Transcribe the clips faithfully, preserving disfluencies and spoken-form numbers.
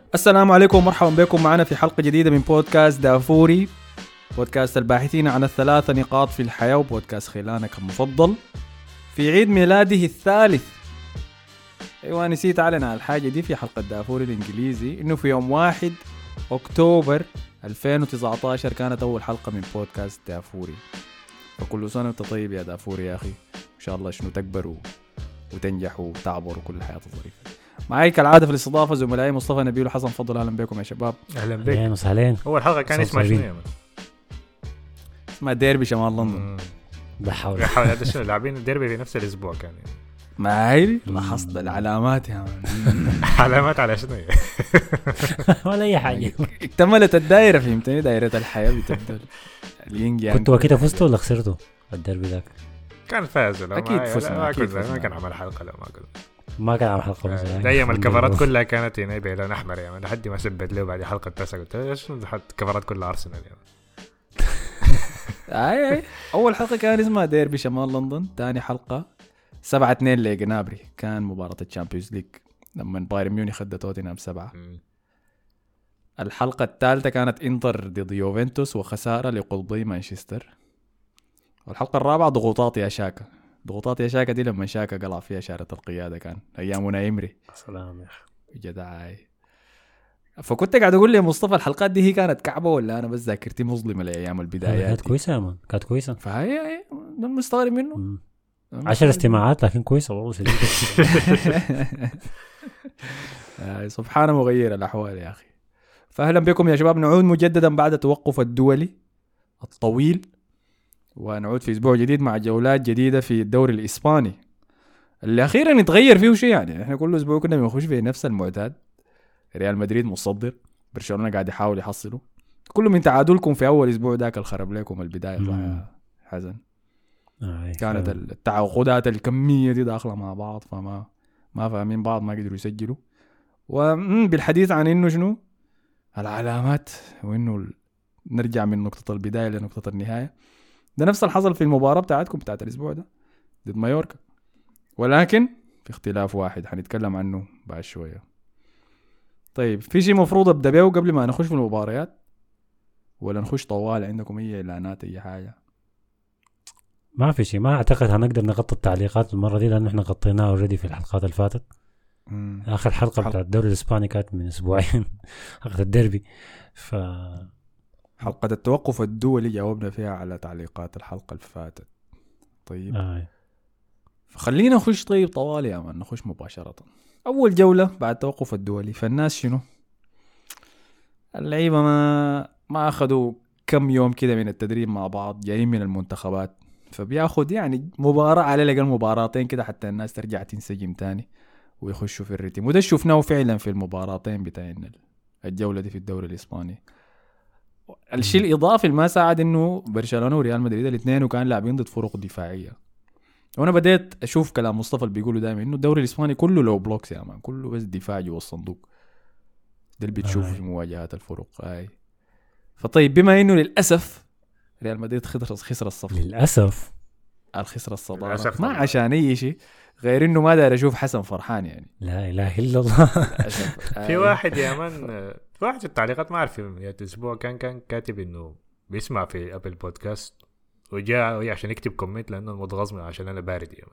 السلام عليكم ومرحبا بكم معنا في حلقة جديدة من بودكاست دافوري، بودكاست الباحثين عن الثلاث نقاط في الحياة وبودكاست خلانك المفضل في عيد ميلاده الثالث. ايوه نسيت اعلن على الحاجة دي في حلقة دافوري الانجليزي انه في يوم واحد اكتوبر ألفين وتسعة عشر كانت اول حلقة من بودكاست دافوري. فكل سنة وانت طيب يا دافوري يا اخي، ان شاء الله شنو تكبر وتنجح وتعبر وكل الحياة ظريفة. معي كالعادة في الاستضافة زملائي مصطفى نبيل وحسن فضل. أهلا بكم يا شباب. أهلا بك. أهلا وسهلا. أول حلقة كان اسمها شنو يا من؟ اسمها ديربي شمال لندن. بحاول بحاول هذا الشيء لاعبين الديربي في نفس الأسبوع كان يعني. ما هي لاحظت العلامات يا من. علامات على شنو؟ ولا أي حاجة. اكتملت الدائرة، فهمتني؟ دائرة الحياة بتبدأ. الينج كنتوا كده فزتوا ولا خسرتوا الديربي ذاك؟ كان فاز. أكيد فزنا. أكيد ما كان عمل حلقة. لا ما كان. ما كان عم حلقة بس دايما الكفرات كلها كانت هنا بإعلان أحمر يا من. لحد ما سبت له بعد حلقة تسعة قلت إيش الكفرات كلها أرسنال يا من. اي اي اول حلقة كان اسمها ديربي شمال لندن. ثاني حلقة سبعة اثنين لجنابري، كان مباراة الشامبيونز ليج لما بايرن ميونخ خد توتنهام سبعة. الحلقة الثالثة كانت انتر ضد يوفنتوس وخسارة لقطبي مانشستر. والحلقة الرابعة ضغوطات يا شاكا. ضغوطات يا شاكا دي لما شاكا قلع فيها شارة القيادة، كان ايامنا يمري. سلام يا اخي جدعاي. فكنت قاعد اقول لي مصطفى الحلقات دي هي كانت كعبة ولا انا بس ذاكرتي مظلمة لايام البدايات؟ كانت كويسة يا مان، كانت كويسة. فهي ده المستغرب منه. عشر استماعات لكن كويسة والله. سبحان مغير الأحوال يا أخي. فأهلا بكم يا شباب، نعود مجددا بعد التوقف الدولي الطويل، ونعود في أسبوع جديد مع جولات جديدة في الدوري الإسباني اللي أخيرا يتغير فيه شيء. يعني إحنا كل أسبوع كنا بنخش في نفس المعتاد. ريال مدريد مصدر، برشلونة قاعد يحاول يحصله، كله من تعادلكم في أول أسبوع ذاك الخرب لكم البداية. صح حزن. آه كانت فعلا. التعاقدات الكمية دي داخلة مع بعض، فما ما فاهمين بعض، ما قدروا يسجلوا. وبالحديث عن إنه شنو العلامات وإنه نرجع من نقطة البداية لنقطة النهاية، ده نفس الحصل في المباراة بتاعتكم بتاعت الأسبوع ده ضد مايوركا، ولكن في اختلاف واحد حنتكلم عنه بعد شوية. طيب في شيء مفروض أبدأ بيه قبل ما نخش في المباريات، ولا نخش طوال؟ عندكم أي إعلانات أي حاجة؟ ما في شيء. ما أعتقد هنقدر نغطي التعليقات المرة دي لأن احنا غطيناها اوريدي في الحلقات اللي فاتت. مم. آخر حلقة حلقة. بتاعت الدوري الإسباني كانت من أسبوعين. حلقة الديربي. ف حلقة التوقف الدولي جاوبنا فيها على تعليقات الحلقة اللي فاتت. طيب آه. فخلينا نخش طيب طوال يا مان، نخش مباشرة أول جولة بعد التوقف الدولي. فالناس شنو اللعيبة ما ما أخذوا كم يوم كده من التدريب مع بعض، جايين من المنتخبات، فبياخد يعني مباراة على الأقل مباراتين كده حتى الناس ترجع تنسجم تاني ويخشوا في الريتم. وده شفناه فعلا في المباراتين بتاعين الجولة دي في الدوري الإسباني. الشيء الإضافي اللي ما ساعد إنه برشلونة وريال مدريد الاثنين وكان لاعبين ضد فرق دفاعية. وانا بديت اشوف كلام مصطفى اللي بيقولوا دائما انه الدوري الاسباني كله لو بلوكس يا مان، كله بس دفاع جوا الصندوق. ده اللي بتشوفه في مواجهات الفرق هاي. فطيب بما انه للاسف ريال مدريد خسر خسر الصف للأسف الخسر الصدارة، ما عشان اي شيء غير انه ما داير اشوف حسن فرحان يعني. لا اله الا الله. في واحد يا من، في واحد في التعليقات ما أعرف في الأسبوع كان كان كاتب إنه بيسمع في أبل بودكاست وجاء عشان يكتب كومنت لأنه متغاظ عشان أنا بارد يعني.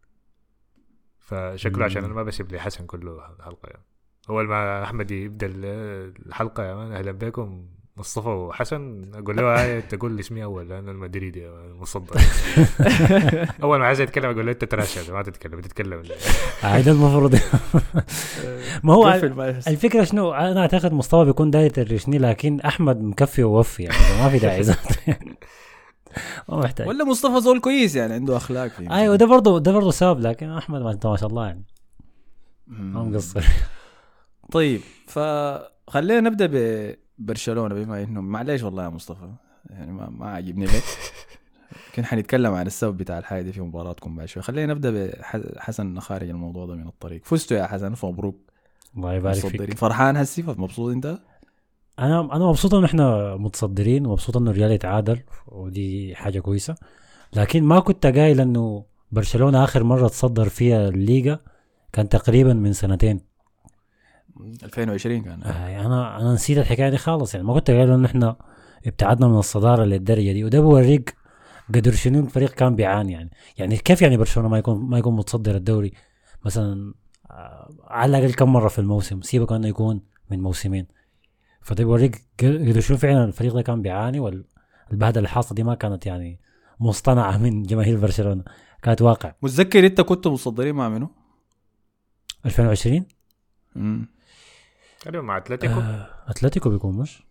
فشكله عشان أنا ما بسيب لي حسن كله الحلقة يعني. أول ما أحمد يبدأ الحلقة يا من أهلا بكم مصطفى وحسن، أقول له هاي تقول لي اسمي أول لأن المدريد يا مصدق. أول ما عايز يتكلم أقول له أنت تراشد ما تتكلم تتكلم. هذا المفروض. ما هو الفكرة شنو، أنا أعتقد مصطفى بيكون داير يرشني لكن أحمد مكفي ووفي يعني ما في داعي ذات. ما محتاج. ولا مصطفى زول كويس يعني عنده أخلاق فيه. أيوة ده برضو ده برضو سبب، لكن أحمد ما ما شاء الله يعني ما مقصر. طيب فخلينا نبدأ ببرشلونة بما إنه معليش والله يا مصطفى يعني ما ما عجبني لك. كنا حنتكلم عن السبب بتاع الحاجة دي في مباراتكم بعد شوي. خلينا نبدأ بحسن خارج الموضوع ده من الطريق. فزتوا يا حسن، مبروك. الله يبارك فيك. فرحان هسي مبسوط انت؟ انا انا مبسوط ان احنا متصدرين ومبسوط انه الريال يتعادل ودي حاجه كويسه، لكن ما كنت قايل انه برشلونه اخر مره تصدر فيها الليغا كان تقريبا من سنتين. ألفين وعشرين كان. آه انا انا نسيت الحكايه دي خالص يعني. ما كنت قايل ان احنا ابتعدنا من الصداره للدرجه دي، وده بوريك قدر شنو الفريق كان بيعاني يعني. يعني كيف يعني برشلونه ما يكون ما يكون متصدر الدوري مثلا على الاقل كم مره في الموسم، سيبك انه يكون من موسمين. فده بيوريك قدر شنو فعلا الفريق ده كان بيعاني، والبهدله اللي حاصله دي ما كانت يعني مصطنعه من جماهير برشلونه، كانت واقع. متذكر انت كنت مصدرين مع منو ألفين وعشرين؟ امم اليوم مع اتلتيكو. آه، اتلتيكو بيكون مش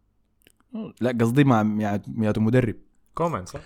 لا قصدي مع مع مدرب كومان صح؟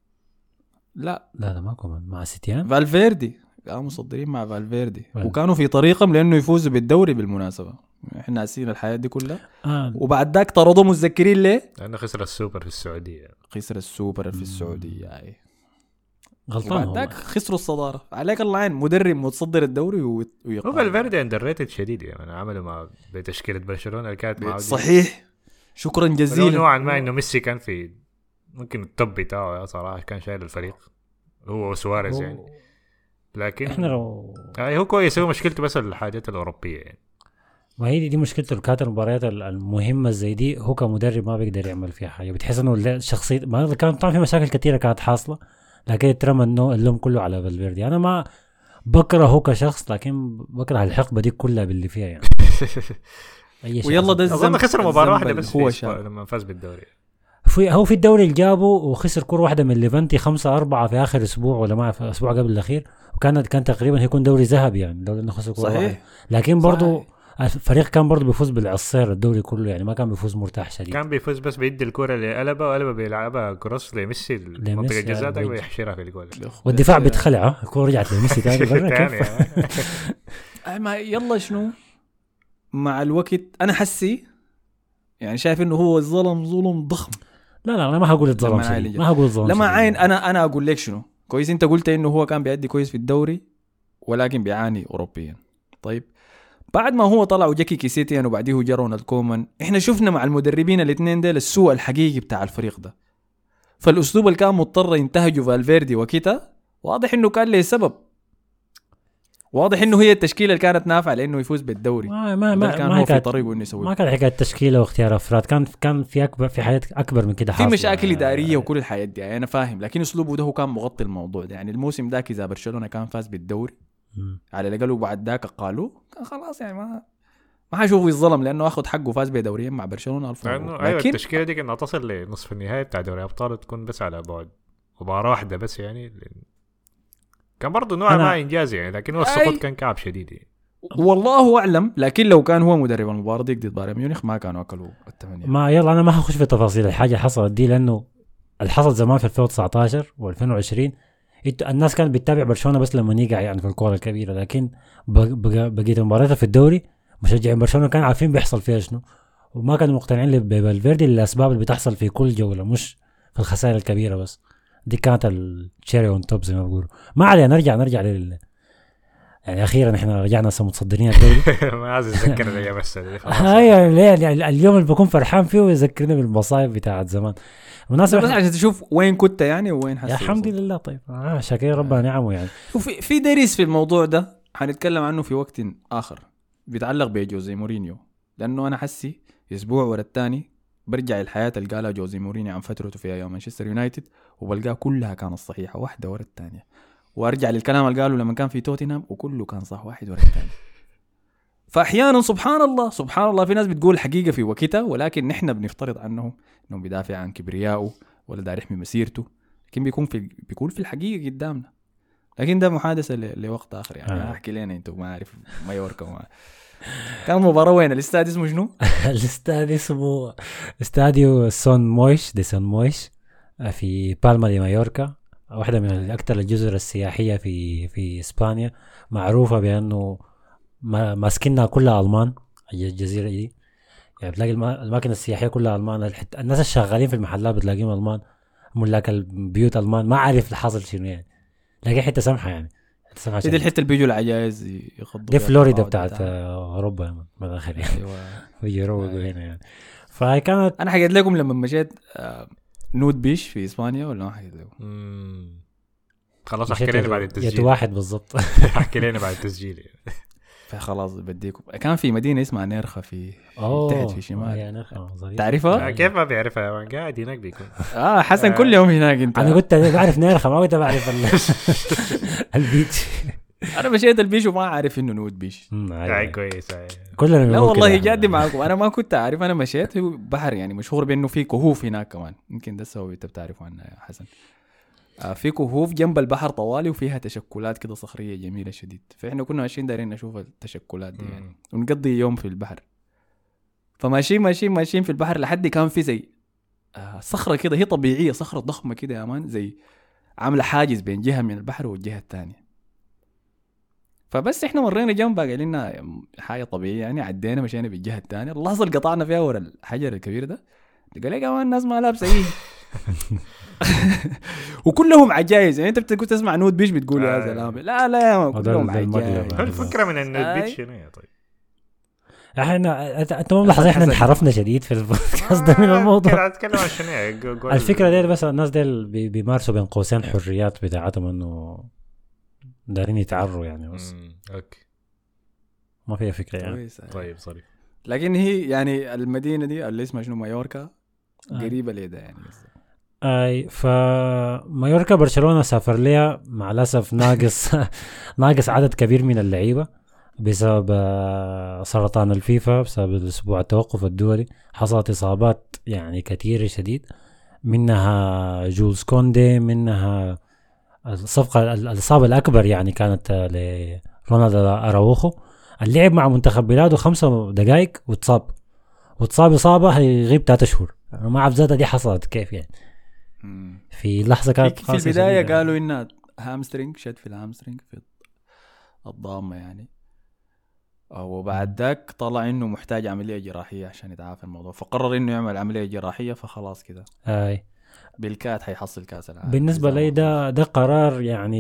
لا لا لا ما كومان، مع سيتيان. فالفيردي كانوا مصدرين مع فالفيردي فال... وكانوا في طريقهم لانه يفوزوا بالدوري بالمناسبه. احنا ناسيين الحياه دي كلها. آه. وبعد ذاك طردوا متذكرين ليه؟ لانه خسر السوبر في السعوديه. خسر السوبر في السعوديه اي غلطان. وبعد ذاك خسروا الصداره. عليك الله عين مدرب متصدر الدوري ويقع. هو فالفيردي اندر ريتد شديد يعني. عملوا مع بتشكيله برشلونه اللي كانت معاه صحيح. شكرا جزيلا. نوعا ما انه ميسي كان في ممكن التوب بتاعه صراحه، كان شايل الفريق هو وسواريز يعني. لكن احنا لو يعني هو كويس، هو مشكلته بس الحاجات الاوروبيه يعني. ما هي دي, دي مشكلته. كانت المباريات المهمه زي دي هو كمدرب ما بيقدر يعمل فيها حاجه. بتحس انه الشخصيه ما كان طبعا في مشاكل كثيره كانت حاصله، لكن ترمى انه اللوم كله على فالفيردي. انا ما بكرهه كشخص، لكن بكره الحقبه دي كلها باللي فيها يعني. ويلا ده الزمن خسر مباراه واحده بس هو لما فاز بالدوري. في هو في الدوري اللي جابه وخسر كره واحده من ليفانتي خمسة أربعة في اخر اسبوع ولا ما في اسبوع قبل الاخير، وكانت كان تقريبا هيكون دوري ذهبي يعني لو انه خسر كره واحده. لكن برضه الفريق كان برضه بيفوز بالعصير الدوري كله يعني، ما كان بيفوز مرتاح شديد. كان بيفوز بس بيدي الكره لقلبه وقلبه بيلعبها كروس لميسي منطقه الجزاء ده ويحشرها في الجول، والدفاع بيتخلع الكره رجعت لميسي ثاني برا. ما يلا شنو مع الوقت انا حسي يعني شايف انه هو الظلم ظلم ضخم. لا لا انا ما هقول الظلم شديد، ما هقول الظلم لما عين. انا انا اقول لك شنو كويس. انت قلت انه هو كان بيأدي كويس في الدوري ولكن بيعاني اوروبيا. طيب بعد ما هو طلع وجاكي كيسيتيان وبعديه جا رونالد كومان، احنا شفنا مع المدربين الاثنين دول السوء الحقيقي بتاع الفريق ده. فالاسلوب اللي كان مضطر ينتهجه فالفيردي وكيتا واضح انه كان له سبب. واضح انه هي التشكيله اللي كانت نافعه لانه يفوز بالدوري. ما ما ما كان ما هو في طريقه انه يسوي. ما كان حكايه تشكيله واختيار افراد، كان كان في اكبر في حاجات اكبر من كده حاصله. في مشاكل اداريه وكل الحاجات دي يعني انا فاهم، لكن اسلوبه ده هو كان مغطي الموضوع ده يعني. الموسم ده اذا برشلونه كان فاز بالدوري م. على الاقل وبعد ذاك قالوا كان خلاص يعني ما ما حيشوفوا الظلم لانه اخذ حقه فاز بدوريين مع برشلونه الف مبروك. لكن ايوه التشكيله دي كانت تصل لنصف النهائي بتاع دوري ابطال تكون بس على بعد مباراه واحده بس يعني. كان برضه نوع ما انجاز يعني، لكن هو السقوط كان كعب شديد يعني. والله اعلم. لكن لو كان هو مدرب المباراه دي ضد بايرن ميونخ ما كانوا اكلوا الثمانيه. ما يلا انا ما هخش في تفاصيل الحاجه حصلت دي، لانه اللي حصل زمان في ألفين وتسعتاشر وألفين وعشرين الناس كانت بتتابع برشلونه بس لما يقع يعني في الكوره الكبيره، لكن بقيت مبارياتها في الدوري مشجعين برشلونه كانوا عارفين بيحصل فيها شنو، وما كانوا مقتنعين بفالفيردي للاسباب اللي بتحصل في كل جوله مش في الخسائر الكبيره بس. دي كانت التشيري اون توب زي ما بيقولوا. ما علينا نرجع نرجع لل يعني اخيرا احنا رجعنا متصدرين الدوري. ما عايز اتذكر الايام بس ايوه يعني اليوم اللي بكون فرحان فيه ويذكرني بالمصايب بتاعت زمان. مناسبة بس عشان تشوف وين كنت يعني وين حسيت. الحمد لله. طيب اه شاكر ربنا نعمه يعني. وفي في داريس في الموضوع ده حنتكلم عنه في وقت اخر بيتعلق بجوزي مورينيو، لانه انا حسي اسبوع ورا الثاني برجع الحياة اللي قالها جوزي مورينيو عن فترته في ايام مانشستر يونايتد وبلقاها كلها كانت صحيحة واحدة ورا الثانية، وارجع للكلام اللي قاله لما كان في توتنهام وكله كان صح واحد ورا الثاني. فاحيانا سبحان الله سبحان الله في ناس بتقول حقيقة في وقتها، ولكن نحن بنفترض عنه انه بيدافع عن كبريائه ولا داير يحمي مسيرته، لكن بيكون في بيكون في الحقيقة قدامنا. لكن ده محادثة لوقت آخر يعني. آه. أحكي لنا أنتوا ما أعرف مايوركا وما كان مباراة وين الاستاد اسمه شنو؟ الاستاد اسمه استاديو سون مويش دي سون مويش في بالما دي مايوركا، واحدة من أكثر الجزر السياحية في في إسبانيا، معروفة بأنه ماسكنها كلها ألمان. الجزيرة دي يعني بتلاقي الأماكن السياحية كلها ألمان، الناس الشغالين في المحلات بتلاقيهم ألمان، ملاك البيوت ألمان. ما أعرف الحاصل شنو يعني، لكن حتة سمحة يعني. دي الحتة اللي بيجوا العجائز يخضوا دي فلوريدا بتاعت أوروبا من الآخر يعني. أيوة بيجروا هنا يعني. فكانت أنا حكيت لكم لما مشيت نود بيش في إسبانيا ولا ما حكيت لكم؟ خلاص احكي لنا بعد التسجيل. يد واحد بالضبط. احكي لنا بعد التسجيل. فخلاص بديكم. كان في مدينه اسمها نيرخا في, في تحت في شمال يعني تعرفها؟ كيف ما بيعرفها قاعد هناك بيكون. اه حسن كل يوم هناك انت. انا قلت بعرف نيرخا ما قلت بعرف البيتش. انا مشيت البيش وما عارف انه نود بيش. اي كويس. كلنا لا والله جادي معكم انا ما كنت عارف. انا مشيت هو بحر يعني مشهور بانه في كهوف هناك كمان. يمكن ده السبب انت بتعرفه عنها يا حسن. آه في كهوف جنب البحر طوالي وفيها تشكلات كده صخريه جميله شديد. فاحنا كنا ماشيين دايرين نشوف التشكلات دي يعني ونقضي يوم في البحر. فماشيين ماشيين ماشيين في البحر لحد كان في زي آه صخره كده هي طبيعيه صخره ضخمه كده يا مان زي عامله حاجز بين جهه من البحر والجهه الثانيه. فبس احنا مرينا جنبها قال لنا حاجه طبيعيه يعني عدينا مشينا بالجهه الثانيه. اللحظه اللي قطعنا فيها ورا الحجر الكبير ده قال لي كمان الناس ما لابسه ايه. وكلهم عجايز يعني انت بتكون تسمع نود بيش بتقول يا زلمه لا لا يا كلهم عجايز. الفكره من النود بيش شنو يا طيب؟ احنا انت ما ملاحظ احنا انحرفنا شديد في البودكاست ده من الموضوع. كده اتكلم عن شنو الفكره دي بس الناس دي بيمارسوا بين قوسين حريات بتاعتهم انه دارين يتعروا يعني بس اوكي ما فيها فكره يعني. طيب صريح. لكن هي يعني المدينه دي اللي اسمها شنو مايوركا قريبه لده يعني. اي فمايوركا برشلونه سافر ليها مع الاسف ناقص ناقص عدد كبير من اللعيبه بسبب سرطان الفيفا بسبب الاسبوع التوقف الدولي. حصلت اصابات يعني كثيره شديد منها جولز كوندي منها الصفقه الاصابه الاكبر يعني كانت لرونالدو اراوخو. اللعب مع منتخب بلاده خمسة دقائق واتصاب واتصاب اصابه هيغيب ثلاثة شهور. انا ما اعرف ذاتها دي حصلت كيف يعني. في لحظه كانت في البدايه قالوا انها هامسترينج شد في الهامسترينج في الضامه يعني. وبعد ذاك طلع انه محتاج عمليه جراحيه عشان يتعافى الموضوع فقرر انه يعمل عمليه جراحيه فخلاص كده. اي بالكاد حيحصل كاس العالم. بالنسبه لي ده ده قرار يعني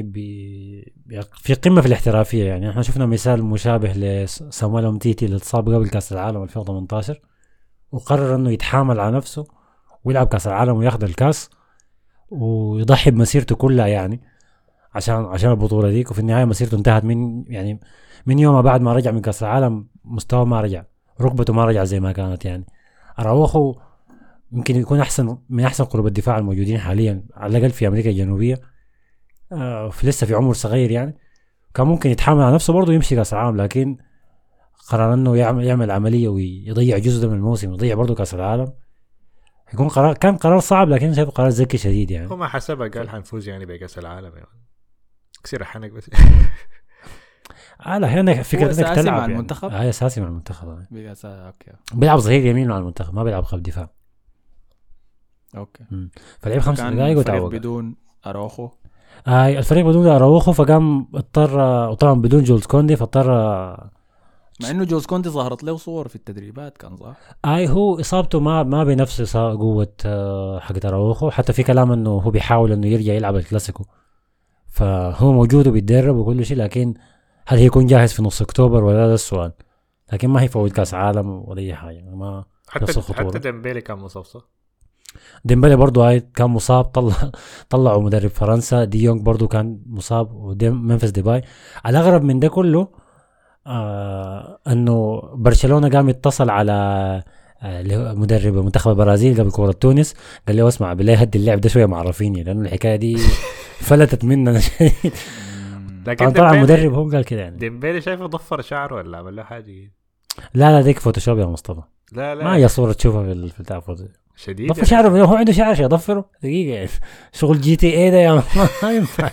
في قمه في الاحترافيه يعني. احنا شفنا مثال مشابه لسامويل أومتيتي اللي اتصاب قبل كاس العالم ألفين وثمانية عشر وقرر انه يتحامل على نفسه ويلعب كاس العالم وياخذ الكاس ويضحي بمسيرته كلها يعني عشان عشان البطوله ديك. وفي النهايه مسيرته انتهت من يعني من يوم بعد ما رجع من كاس العالم مستوى ما رجع ركبته ما رجع زي ما كانت يعني. اراوخو يمكن يكون احسن من احسن قلوب الدفاع الموجودين حاليا على الاقل في امريكا الجنوبيه. آه في لسه في عمر صغير يعني كان ممكن يتحامل على نفسه برضه يمشي كاس العالم لكن قرر انه يعمل يعمل عمليه ويضيع جزء من الموسم ويضيع برضه كاس العالم. يكون قرار كان قرار صعب لكن شايف قرار ذكي شديد يعني. هو ما حسبها قال حنفوز يعني بكاس العالم يعني كسر حنك بس. اه لا هنا فكره انك تلعب مع المنتخب هاي يعني. اساسي مع المنتخب بيقاس اوكي بيلعب ظهير يمين مع المنتخب ما بيلعب خلف دفاع. اوكي فلعب خمس دقائق وتعوق بدون اراوخو. هاي الفريق بدون اراوخو فقام اضطر وطبعا بدون جولز كوندي فاضطر مع انه جولز كوندي ظهرت له صور في التدريبات كان صح. اي هو اصابته ما ما بنفس قوه حق اراوخو حتى في كلام انه هو بيحاول انه يرجع يلعب الكلاسيكو فهو موجود وبيتدرب وكل شيء لكن هل هيكون جاهز في نص اكتوبر ولا ده السؤال. لكن ما هيفوت كاس عالم ولا اي حاجه ما حتى حتى ديمبلي كان مصاب صح. ديمبلي برضو هاي كان مصاب طلع طلعوا مدرب فرنسا. دي يونغ برضو كان مصاب ومنفس ديباي. على الاغرب من ده كله آه انه برشلونه قام يتصل على آه مدرب منتخب البرازيل قبل كوره تونس قال له اسمع بالله هدي اللعب ده شويه معرفيني لانه الحكايه دي فلتت مننا شديد. لكن طبعا المدرب هو قال كده يعني. ديمبلي شايفه ضفر شعره ولا عمل له حاجه؟ لا لا ديك فوتوشوب يا مصطفى. لا لا ما هي صوره تشوفها في في بتاع فوتو شديد ضفر شعره. هو عنده شعر شيء ضفره دقيقه يعني. شغل جي تي اي ده يا ما ينفع.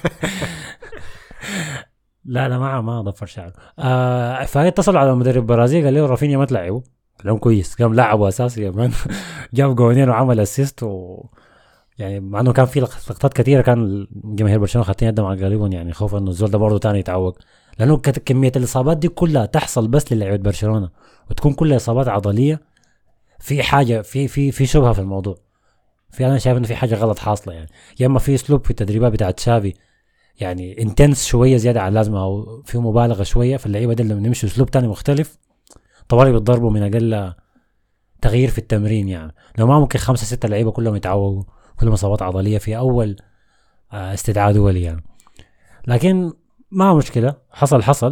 لا لا ما ما ضفر شعره. آه فاتصل على مدرب البرازيل قال له رافينيا ما تلعبه. قال كويس قام لعبه اساسي كمان. جاب جونين وعمل اسيست و يعني مع انه كان في لقطات كثيره كان جماهير برشلونه خاطين يدهم على قلبهم يعني خوفا انه الزول ده برضه ثاني يتعوق لانه كميه الاصابات دي كلها تحصل بس للاعيبه برشلونه وتكون كلها اصابات عضليه. في حاجه في في في شبهه في الموضوع. في انا شايف انه في حاجه غلط حاصله يعني. يا اما في اسلوب في التدريبات بتاعت تشافي يعني انتنس شويه زياده عن اللازمه او في مبالغه شويه في اللعيبه دي لما نمشي اسلوب تاني مختلف طوالي بيتضربوا من اقل تغيير في التمرين يعني. لو ما ممكن خمسة ستة لعيبه كلهم يتعوقوا كلهم اصابات عضليه في اول استدعاء دولي يعني. لكن ما مشكله حصل حصل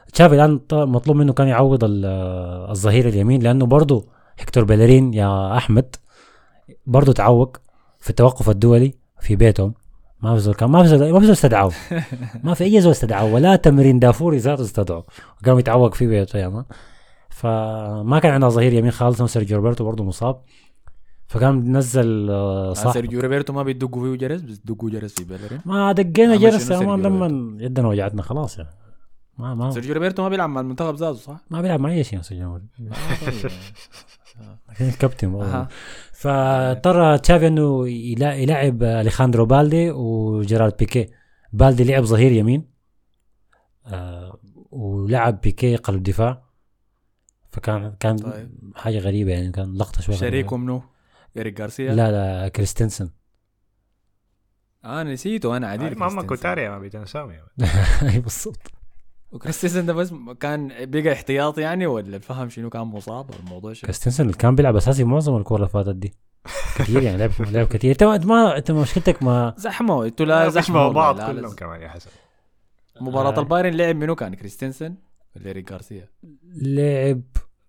تشافي الان ط- مطلوب منه كان يعوض ال- الظهير اليمين، لانه برضه هيكتور بيلرين يا احمد برضه تعوق في التوقف الدولي في بيتهم. ما في زول كان ما في زول ما في زول استدعوه ما في اي زول استدعوه ولا تمرين دافوري ذاته استدعوه، وقام يتعوق في بيته يا مان. فما كان عندنا ظهير يمين خالص، سيرجيو روبرتو برضه مصاب، فقام نزل آه، صح. سيرجيو روبرتو ما بيدقوا فيه جرس، بس دقوا جرس في بيلرين. ما دقينا عمل جرس شنو يا مان سيرجيو لما يدنا وجعتنا خلاص يعني. ما ما سيرجيو روبرتو ما بيلعب مع المنتخب ذاته صح؟ ما بيلعب مع اي شيء سيرجيو آه، طيب. لكن الكابتن والله. أها. فاضطر تشافي انه يلا- يلعب اليخاندرو بالدي وجيرارد بيكي. بالدي لعب ظهير يمين آه ولعب بيكي قلب دفاع، فكان كان طيب. حاجه غريبه يعني، كان لقطه شويه غريبة. شريكه منو؟ إيريك غارسيا؟ لا لا كريستنسن. آه نسيته أنا عديد. ماما كوتاريا ما بيتنساهم يعني. اي بالضبط. وكريستنسن ده بس كان بقى احتياط يعني، ولا الفهم شنو كان مصاب الموضوع شنو؟ كريستنسن اللي كان بيلعب اساسي معظم الكوره اللي فاتت دي كثير يعني، لعب لعب كثير. انت ما انت مشكلتك ما زحمه انتوا لا زحمه بيشبهوا بعض لا، لا، كلهم لا. كمان يا حسن. مباراة آه. البايرن لعب منو كان؟ كريستنسن ولا إيريك غارسيا؟ لعب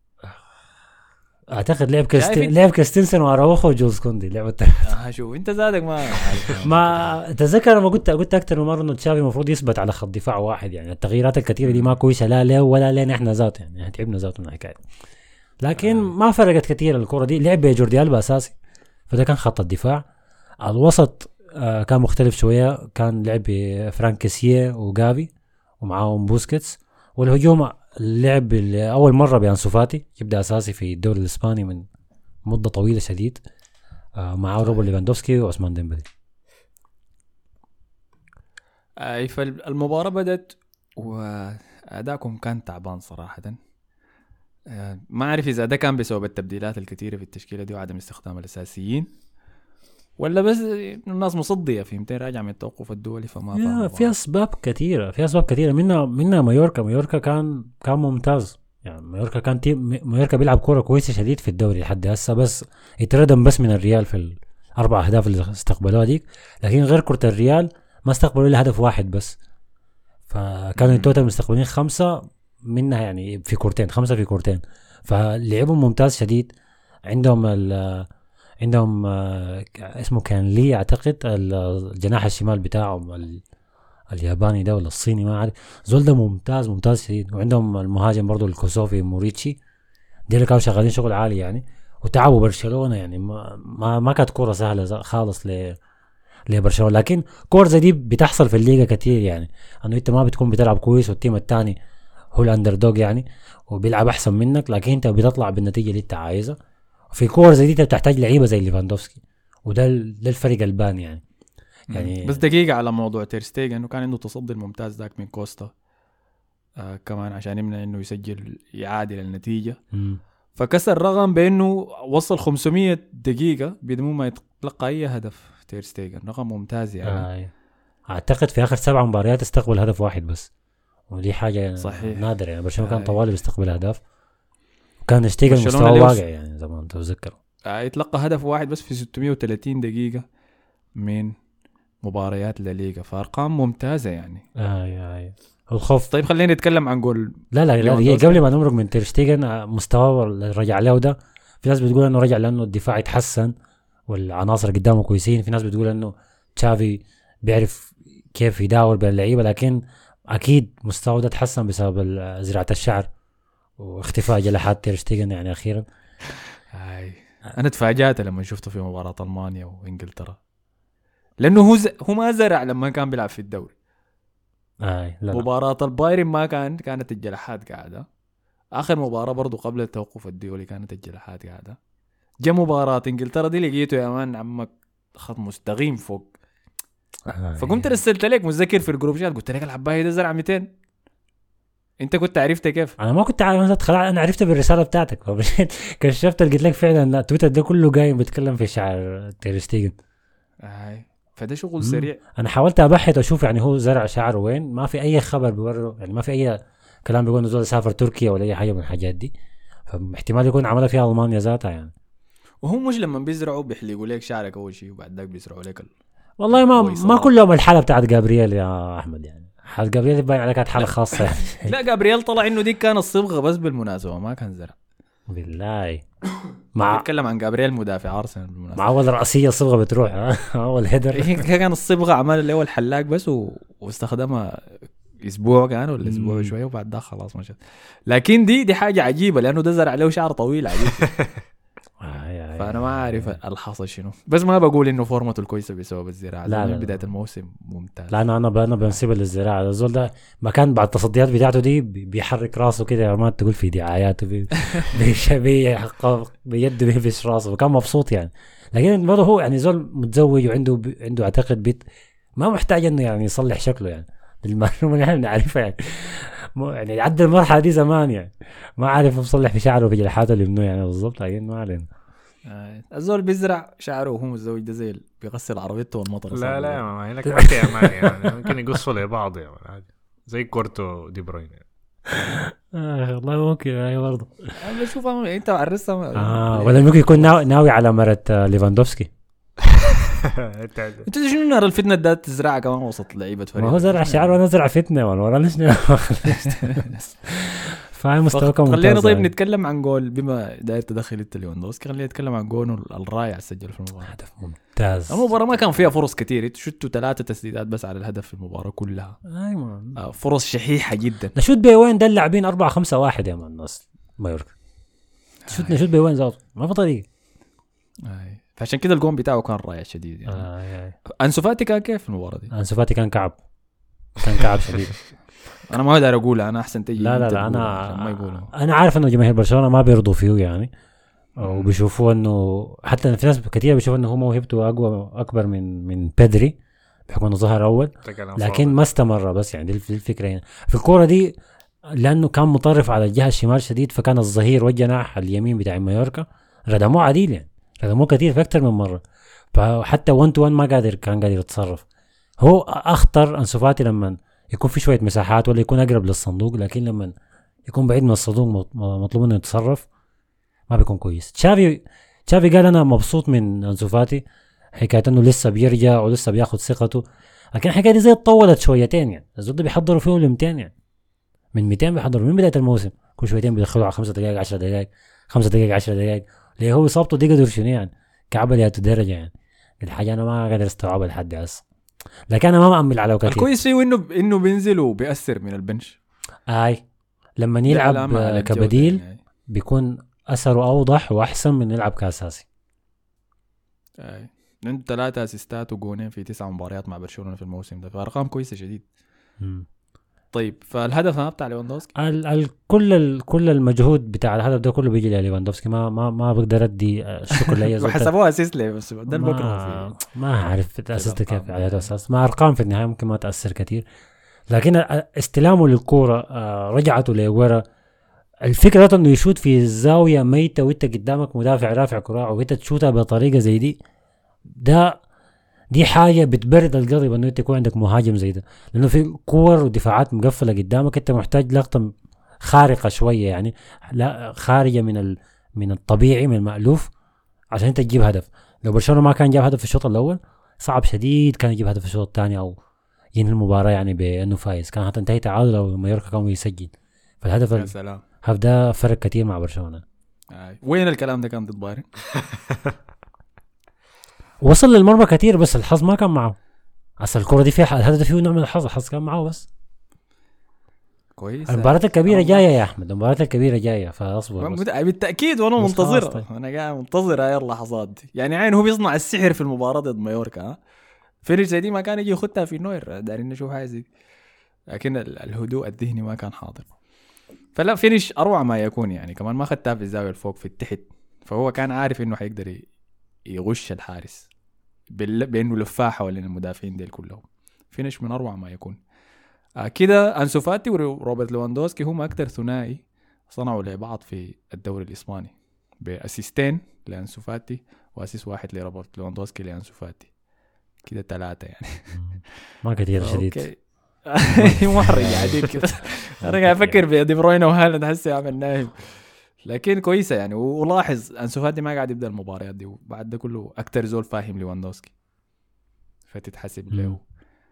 اعتقد لعب كريستن شايف؟ لعب كريستنسن واراوخو وجوز كوندي لعبوا اه شوف انت زادك ما ما تذكر لما قلت قلت اكثر من مره انه تشافي المفروض يثبت على خط دفاع واحد يعني. التغييرات الكثيره دي ما كويسه لا له ولا لنا احنا ذات يعني، تعبنا ذات من الحكايه. لكن آه. ما فرقت كثير الكره دي. لعب بجوردي ألبا اساسي، فده كان خط الدفاع. الوسط آه كان مختلف شويه، كان لعب فرانك كيسيه وجافي ومعاهم بوسكيتس. والهجوم لعب اول مره بأنسو فاتي يبدا اساسي في الدوري الاسباني من مده طويله شديد آه مع روبرت ليفاندوفسكي وعثمان ديمبلي. اي فالمباراة بدت وادائكم كان تعبان صراحة. آه، ما اعرف اذا ده كان بسبب التبديلات الكثيرة في التشكيلة دي وعدم استخدام الاساسيين، ولا بس الناس مصدية فهمتين راجع من التوقف الدولي فما فاهم. في اسباب كثيره في اسباب كثيره منها منها مايوركا. مايوركا كان كان ممتاز يعني. مايوركا كان تيم مايوركا بيلعب كوره كويسه شديد في الدوري لحد هسه، بس يتردم بس من الريال في الاربع اهداف اللي استقبلوها ديك. لكن غير كره الريال ما استقبلوا الا هدف واحد بس، فكانوا التوتال مستقبلين خمسه منها يعني في كورتين، خمسه في كورتين. فلعبهم ممتاز شديد. عندهم ال عندهم آه اسمه كان لي اعتقد الجناح الشمال بتاعهم ال الياباني ده ولا الصيني ما عارف، زول ده ممتاز ممتاز شديد. وعندهم المهاجم برضو الكوسوفي موريتشي، دي اللي كانوا شغالين شغل عالي يعني. وتعبوا برشلونة يعني، ما ما, ما كانت كورة سهلة خالص ل لبرشلونة. لكن كور زي دي بتحصل في الليغا كتير يعني، انه انت ما بتكون بتلعب كويس والتيم التاني هو الاندردوج يعني وبيلعب احسن منك، لكن انت بتطلع بالنتيجة اللي انت عايزها. في كور زي دي بتحتاج لعيبة زي ليفاندوفسكي، وده ده الفرق البان يعني. يعني بس دقيقة على موضوع تيرستيجن، انه كان عنده تصدي الممتاز ذاك من كوستا آه كمان عشان يمنع انه يسجل يعادل النتيجة. م. فكسر رقم بانه وصل خمسمية دقيقة بدون ما يتلقى اي هدف. تيرستيجن رقم ممتاز يعني. آه. اعتقد في اخر سبع مباريات استقبل هدف واحد بس، ودي حاجة صحيح. نادرة يعني. برشلونة آه. كان طوالي بيستقبل اهداف، وكان اشتيجن برشلونة مستوى ليوس- واقع يعني زمان تتذكر. آه يتلقى هدف واحد بس في ستمية وثلاثين دقيقة من مباريات الليغا، فارقام ممتازة يعني. اي اي الخوف. طيب خلينا نتكلم عن جول. لا لا, لا ليفاندوفسكي. قبل ما نمرق من تيرشتيجن مستواه اللي رجع له ده، في ناس بتقول انه رجع لانه الدفاع يتحسن والعناصر قدامه كويسين. في ناس بتقول انه تشافي بيعرف كيف يداول بين اللعيبه، لكن اكيد مستواه ده تحسن بسبب زراعه الشعر واختفاء جلحات تيرشتيجن يعني اخيرا. هاي انا تفاجأت لما شفته في مباراة المانيا وانجلترا، لانه هو ز... هو ما زرع لما كان بيلعب في الدوري. اي لا, لا. مباراة البايرن ما كان كانت الجلحات قاعدة. اخر مباراة برضو قبل التوقف الدولي كانت الجلحات قاعدة. جا مباراة انجلترا دي لقيته يا مان عمك خط مستقيم فوق. آه فقمت رسلت لك متذكر في الجروب شات قلت لك الحباية ده زرع مئتين. انت كنت عرفت كيف؟ انا ما كنت عارف، خلاص انا عرفت بالرساله بتاعتك كشفت قلت لك فعلا لا تويتر ده كله قايم بيتكلم في شعر تيرشتيجن. هاي فده شغل سريع. انا حاولت ابحث اشوف يعني هو زرع شعره وين، ما في اي خبر بيوري يعني، ما في اي كلام بيقول انه زول سافر تركيا ولا اي حاجه من الحاجات دي. فاحتمال يكون عملها فيها المانيا ذاتها يعني. وهو مش لما بيزرعوا بيحلقوا لك شعرك اول شيء وبعد ذاك بيزرعوا لك ال... والله ما كويس ما والله. كلهم الحاله بتاعت جابرييل يا احمد يعني. حال جابرييل باين عليك كانت حاله خاصه يعني. لا جابرييل طلع انه دي كانت الصبغه بس بالمناسبه ما كان زرع. بالله مع بيتكلم عن جابرييل مدافع ارسنال بالمناسبه مع اول رأسيه الصبغه بتروح ها اول هيدر. كان الصبغه عمل اللي هو الحلاق بس و... واستخدمها اسبوع كان ولا اسبوع شويه وبعد ده خلاص مشت. لكن دي دي حاجه عجيبه لانه ده زرع له شعر طويل عجيب. فانا ما عارف الحصل شنو بس ما بقول انه فورمته الكويسه بسبب الزراعه. لا من لا بدايه لا. الموسم ممتاز. لا انا انا انا بنسيب للزراعه الزول ده ما كان بعد التصديات بتاعته دي بيحرك راسه كده ما تقول في دعاياته بي بي بيده بيفش راسه وكان مبسوط يعني. لكن برضه هو يعني زول متزوج وعنده ب... عنده اعتقد بيت ما محتاج انه يعني يصلح شكله يعني. المعلومه اللي احنا بنعرفها يعني يعني عدى المرحله دي زمان يعني ما عارف يصلح في شعره وفي جلحاته اللي منه يعني بالضبط. لكن ما علينا. آه. الزول بيزرع شعره وهو متزوج ده زي بيغسل عربيته والمطر. لا لا ما هناك ما في امان يعني ممكن يقصوا لبعض يعني عادي زي كورتو دي بروين يعني. آه والله ممكن هي برضه. انا بشوف انت عرستها اه ولا ممكن يكون ناوي, ناوي على مرت ليفاندوفسكي. انت شنو نار الفتنه ده تزرعها كمان وسط لعيبه فريق. ما هو زرع شعر وانا زرع فتنه وانا ورا ليش فاهم مستواكم ممتاز. خلينا طيب نتكلم عن جول بما داير تدخل انت ليفاندوفسكي. خلينا نتكلم عن جول الرائع سجل في المباراه. هدف ممتاز. المباراه ما كان فيها فرص كثير شتوا ثلاثه تسديدات بس على الهدف في المباراه كلها. ايوه فرص شحيحه جدا. نشوت بوين ده اللاعبين أربعة خمسة واحد يا مان الناس مايوركا شوت نشوت بوين ذاته ما في طريقه. اي فعشان كده الجون بتاعه كان رائع شديد يعني. آه أنسو فاتي كان كيف في المباراه دي؟ أنسو فاتي كان كعب كان كعب شديد. انا ما اقدر اقولها انا احسن تجي. لا لا لا انا ما يقولوا. انا عارف انه جماهير برشلونه ما بيرضوا فيه يعني وبيشوفوا انه حتى في ناس كثير بيشوفوا انه هو موهبته اقوى اكبر من من بيدري بحكم انه ظهر اول لكن ما استمر. بس يعني دي الفكره هنا في الكوره دي لانه كان مطرف على الجهه الشمال شديد فكان الظهير والجناح اليمين بتاع مايوركا ردموه عديل يعني ردموه كثير في اكثر من مره فحتى وان تو وان ما قادر كان قادر يتصرف. هو اخطر أنسو فاتي لما يكون في شويه مساحات ولا يكون اقرب للصندوق لكن لما يكون بعيد من الصندوق مطلوب انه يتصرف ما بيكون كويس. تشافي تشافي قال انا مبسوط من أنسو فاتي حكايه انه لسه بيرجع ولسه بياخد ثقته لكن الحكايه دي زي طولت شويتين يعني الزود ده بيحضروا فيه ل مئتين يعني من مئتين بيحضروا من بدايه الموسم كل شويتين بيدخلوا على خمسة دقائق عشر دقائق خمسة دقائق عشر دقائق ليه هو اصابته دي قدر شنو يعني كعبه يا درجه يعني الحاجه انا ما قادر استوعبها لحد هسه. لكن انا ما مأمل على كثير. الكويس فيه انه انه بينزل وبيأثر من البنش. اي لما يلعب كبديل يعني. بيكون اثره اوضح واحسن من يلعب كاساسي. اي عنده ثلاثة اسيستات وجونين في تسع مباريات مع برشلونة في الموسم ده فارقام كويسه شديد. م. طيب فالهدف ما بتاع ليفاندوفسكي ال ال كل ال كل المجهود بتاع الهدف ده كله بيجي لليفاندوفسكي ما ما ما بقدر ادي الشكر ليه وحسبوها اسيست ليه بس ده البكره فيه ما اعرف اسيست كيف على هذا الاساس ما ارقام في النهايه ممكن ما تاثر كثير لكن استلامه للكوره رجعته لورا الفكره انه يشوت في الزاويه ميته وانت قدامك مدافع رافع كراع وانت تشوتها بطريقه زي دي ده دي حاجة بتبرد القلب انه انت يكون عندك مهاجم زي ده لانه في كور ودفاعات مقفلة قدامك انت محتاج لقطة خارقة شوية يعني لا خارجة من ال... من الطبيعي من المألوف عشان انت تجيب هدف. لو برشلونة ما كان جاب هدف في الشوط الاول صعب شديد كان يجيب هدف في الشوط الثاني او ينهي المباراة يعني بانه فايز كان هتنتهي تعادل او مايوركا كان يسجل فالهدف يا سلام الهدف ده فرق كتير مع برشلونة. آه. وين الكلام ده كان ضد بايرن؟ وصل للمرمى كتير بس الحظ ما كان معه. اصل الكرة دي فيها الهدف فيه نوع من الحظ الحظ كان معه بس كويس. المباراة الكبيرة جاية يا احمد المباراة الكبيرة جاية فاصبر بالتأكيد وانا منتظر طيب. انا قاعد منتظر هاي اللحظات دي يعني عين هو بيصنع السحر في المباراة ضد مايوركا فينيش زي دي ما كان يجي يخدها في نوير دارين نشوف حاجة زي لكن الهدوء الذهني ما كان حاضر فلا فينيش اروع ما يكون يعني كمان ما خدتها في الزاوية الفوق في التحت فهو كان عارف انه حيقدر يغش الحارس بانه لفاحه ولا المدافعين ديل كلهم. فينيش من اروع ما يكون. آه كده أنسو فاتي وروبرت ليفاندوفسكي هم اكثر ثنائي صنعوا لبعض في الدوري الاسباني باسيستين لأنسو فاتي واسيس واحد لروبرت ليفاندوفسكي لأنسو فاتي كده ثلاثه يعني ما كثير شديد محرج عادي كده. انا قاعد افكر في دي بروين وهالاند هسه عامل نايم لكن كويسه يعني. ولاحظ أنسو فاتي ما قاعد يبدا المباريات دي وبعد ده كله اكتر زول فاهم ليفاندوفسكي فتتحسب له.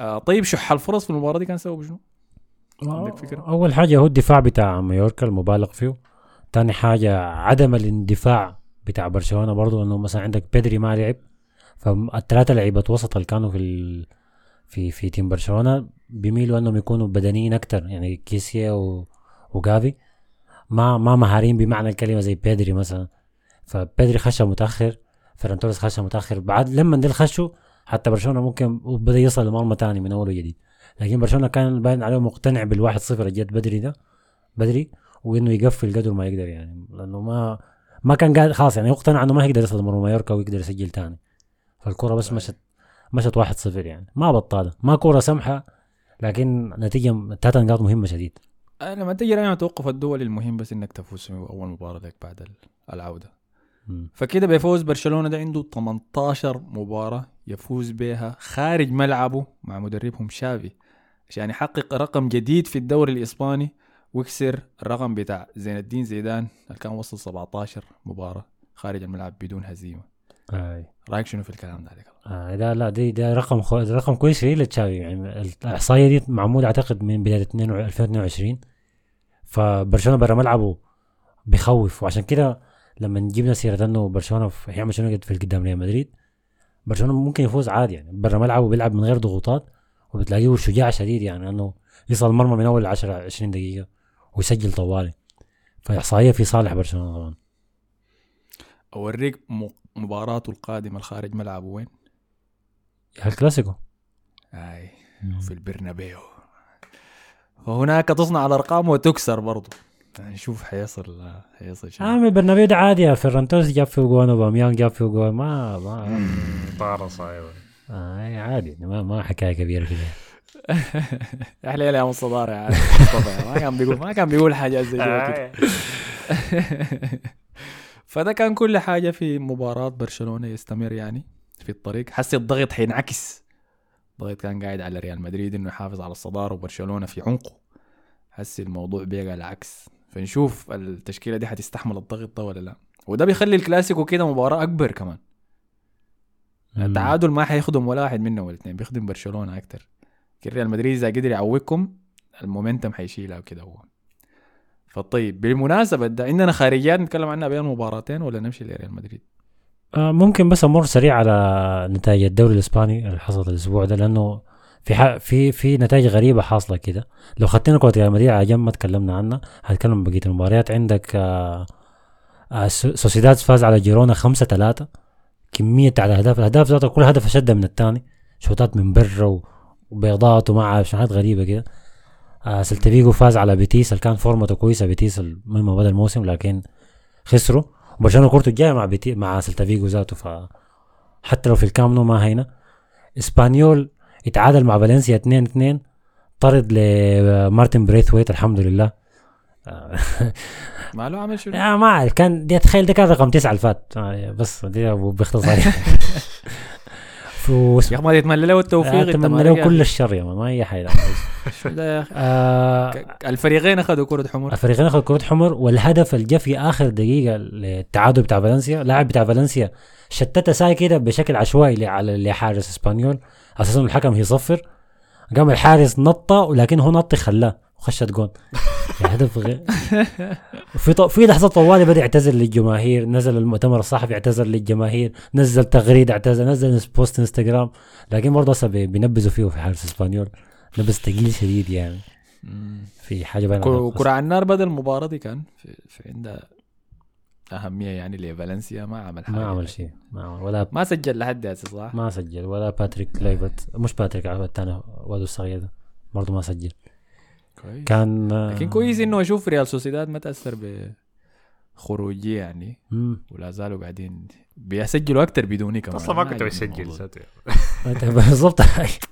آه طيب شح الفرص في المباراه دي كان سببه شنو؟ عندك فكره؟ اول حاجه هو الدفاع بتاع مايوركا المبالغ فيه. تاني حاجه عدم الاندفاع بتاع برشلونه برضو، انه مثلا عندك بيدري ما لعب، فالثلاثه لعيبه وسط اللي كانوا في ال... في في تيم برشلونه بيميلوا انهم يكونوا بدنيين اكتر، يعني كيسيا و... وجافي ما ما مهارين بمعنى الكلمه زي بيدري مثلا. فبيدري خش متاخر، فران توريس خش متاخر، بعد لما ديل خشوا حتى برشلونه ممكن بدا يصل لمرمى تاني من اول وجديد. لكن برشلونه كان باين عليه مقتنع بالواحد صفر اللي جت بدري ده بدري، وانه يقفل قدر ما يقدر يعني، لانه ما ما كان قاعد خلاص يعني مقتنع انه ما يقدر يصل لمرمى مايوركا ويقدر يسجل تاني. فالكره بس مشت مشت واحد صفر يعني، ما بطاله، ما كره سمحه، لكن نتيجه ثلاث نقاط مهمه شديد. لما تيجي انا توقف الدول المهم بس انك تفوز في اول مباراه لك بعد العوده. م. فكده بيفوز برشلونه ده عنده ثمانية عشر مباراه يفوز بها خارج ملعبه مع مدربهم شافي، عشان يحقق رقم جديد في الدوري الاسباني ويكسر الرقم بتاع زين الدين زيدان اللي كان وصل سبعة عشر مباراه خارج الملعب بدون هزيمه. اي رايك شنو في الكلام ده عليك؟ آه لا لا دي ده رقم خو... رقم كويس ليه لتشافي يعني. الاحصائيه دي معموله اعتقد من بدايه ألفين واثنين وعشرين، فبرشلونه برا ملعبه بيخوف. وعشان كده لما جبنا سيره انه برشلونه في هيعمل شنو في القدام ريال مدريد، برشلونه ممكن يفوز عادي يعني برا ملعبه، بيلعب من غير ضغوطات، وبتلاقيه شجاع شديد يعني انه يصل المرمى من اول عشرة عشرين دقيقه ويسجل طوالي. فاحصائيه في صالح برشلونه طبعا. اوريك مباراته القادمه الخارج ملعبه وين؟ الكلاسيكو. اي في البرنابيو، وهناك تصنع الارقام وتكسر برضه. نشوف حيصل حيصل شيء. عامل برنابيو ده عادي يا فيرانتوس جاب فيه جوان وباميان جاب فيه جوان، ما ما طارص ايوه آه عادي ما ما حكايه كبيره كده. احلى يا الصداره يعني ما كان بيقول ما كان بيقول حاجه زي كده. فده كان كل حاجه في مباراه برشلونه يستمر يعني في الطريق. حسي الضغط حينعكس، الضغط كان قاعد على ريال مدريد انه يحافظ على الصداره وبرشلونه في عمقه، حسي الموضوع بيقى العكس. فنشوف التشكيله دي حتستحمل الضغط ده ولا لا، وده بيخلي الكلاسيكو كده مباراه اكبر كمان. التعادل ما حيخدم ولا واحد منهم الاثنين، بيخدم برشلونه اكتر. ريال مدريد اذا قدر يعوقكم المومنتم حيشيلها وكده هو. فطيب بالمناسبه ده عندنا خارجيات نتكلم عنها بين المباراتين ولا نمشي لريال مدريد؟ آه ممكن بس امر سريع على نتائج الدوري الاسباني اللي حصلت الاسبوع ده، لانه في في في نتائج غريبه حاصله كده. لو خدتنا كره ريال مدريد على جنب ما تكلمنا عنها، هنتكلم بقيه المباريات. عندك آه آه سوسيداد فاز على جيرونا خمسة ثلاثة، كميه على الاهداف الاهداف ذاتها كل هدف اشد من الثاني، شوطات من برا وبيضات ومع شغلات غريبه كده. آه سيلتا فيجو فاز على بيتيس اللي كان فورمته كويسه، بيتيس المهم بدا الموسم لكن خسروا. وبرشلونه كورته جايه مع بيتي مع سيلتا فيجو ذاته، فحتى لو في الكامنو ما هينا. اسبانيول اتعادل مع فالنسيا اثنين اثنين، طرد لمارتن بريثويت الحمد لله. ما له عمل شنو؟ لا ما اعرف، كان دي تخيل ده كان رقم تسعة الفات بس دي باختصار. يا اخي ما يتمنى له التوفيق، يتمنى له كل الشر يا ما اي حاجه. الفريقين اخذوا كرة حمر الفريقين اخذوا كرة حمر والهدف اللي جاء في اخر دقيقه للتعادل بتاع فالنسيا، لاعب بتاع فالنسيا شتتها ساي كده بشكل عشوائي على لحارس اسبانيول اساسا الحكم يصفر، قام الحارس نطه ولكن هو نط خلاه وخشت جون. هدف غير في ط... في لحظه طوالي بدا يعتذر للجماهير، نزل المؤتمر الصحفي اعتذر للجماهير، نزل تغريده اعتذر، نزل بوست انستغرام، لكن برضه هسه بينبذوا فيه في حارس اسبانيول نبذ ثقيل شديد يعني. في حاجه بين كرة على النار بدل المباراه دي كان في, في عندها اهميه يعني لفالنسيا، ما عمل حاجه، ما عمل شيء، ما عمل ولا ما سجل لحد هسه صح، ما سجل ولا باتريك لايفت، مش باتريك عبد الثاني وادو الصغير ده برضه ما سجل كويس. كان لكن كويس انه اشوف ريال سوسيداد ما تاثر بخروجيه يعني مم. ولا زالوا قاعدين بيسجلوا اكتر بدوني كمان، اصلا ما كنت بسجل بالضبط.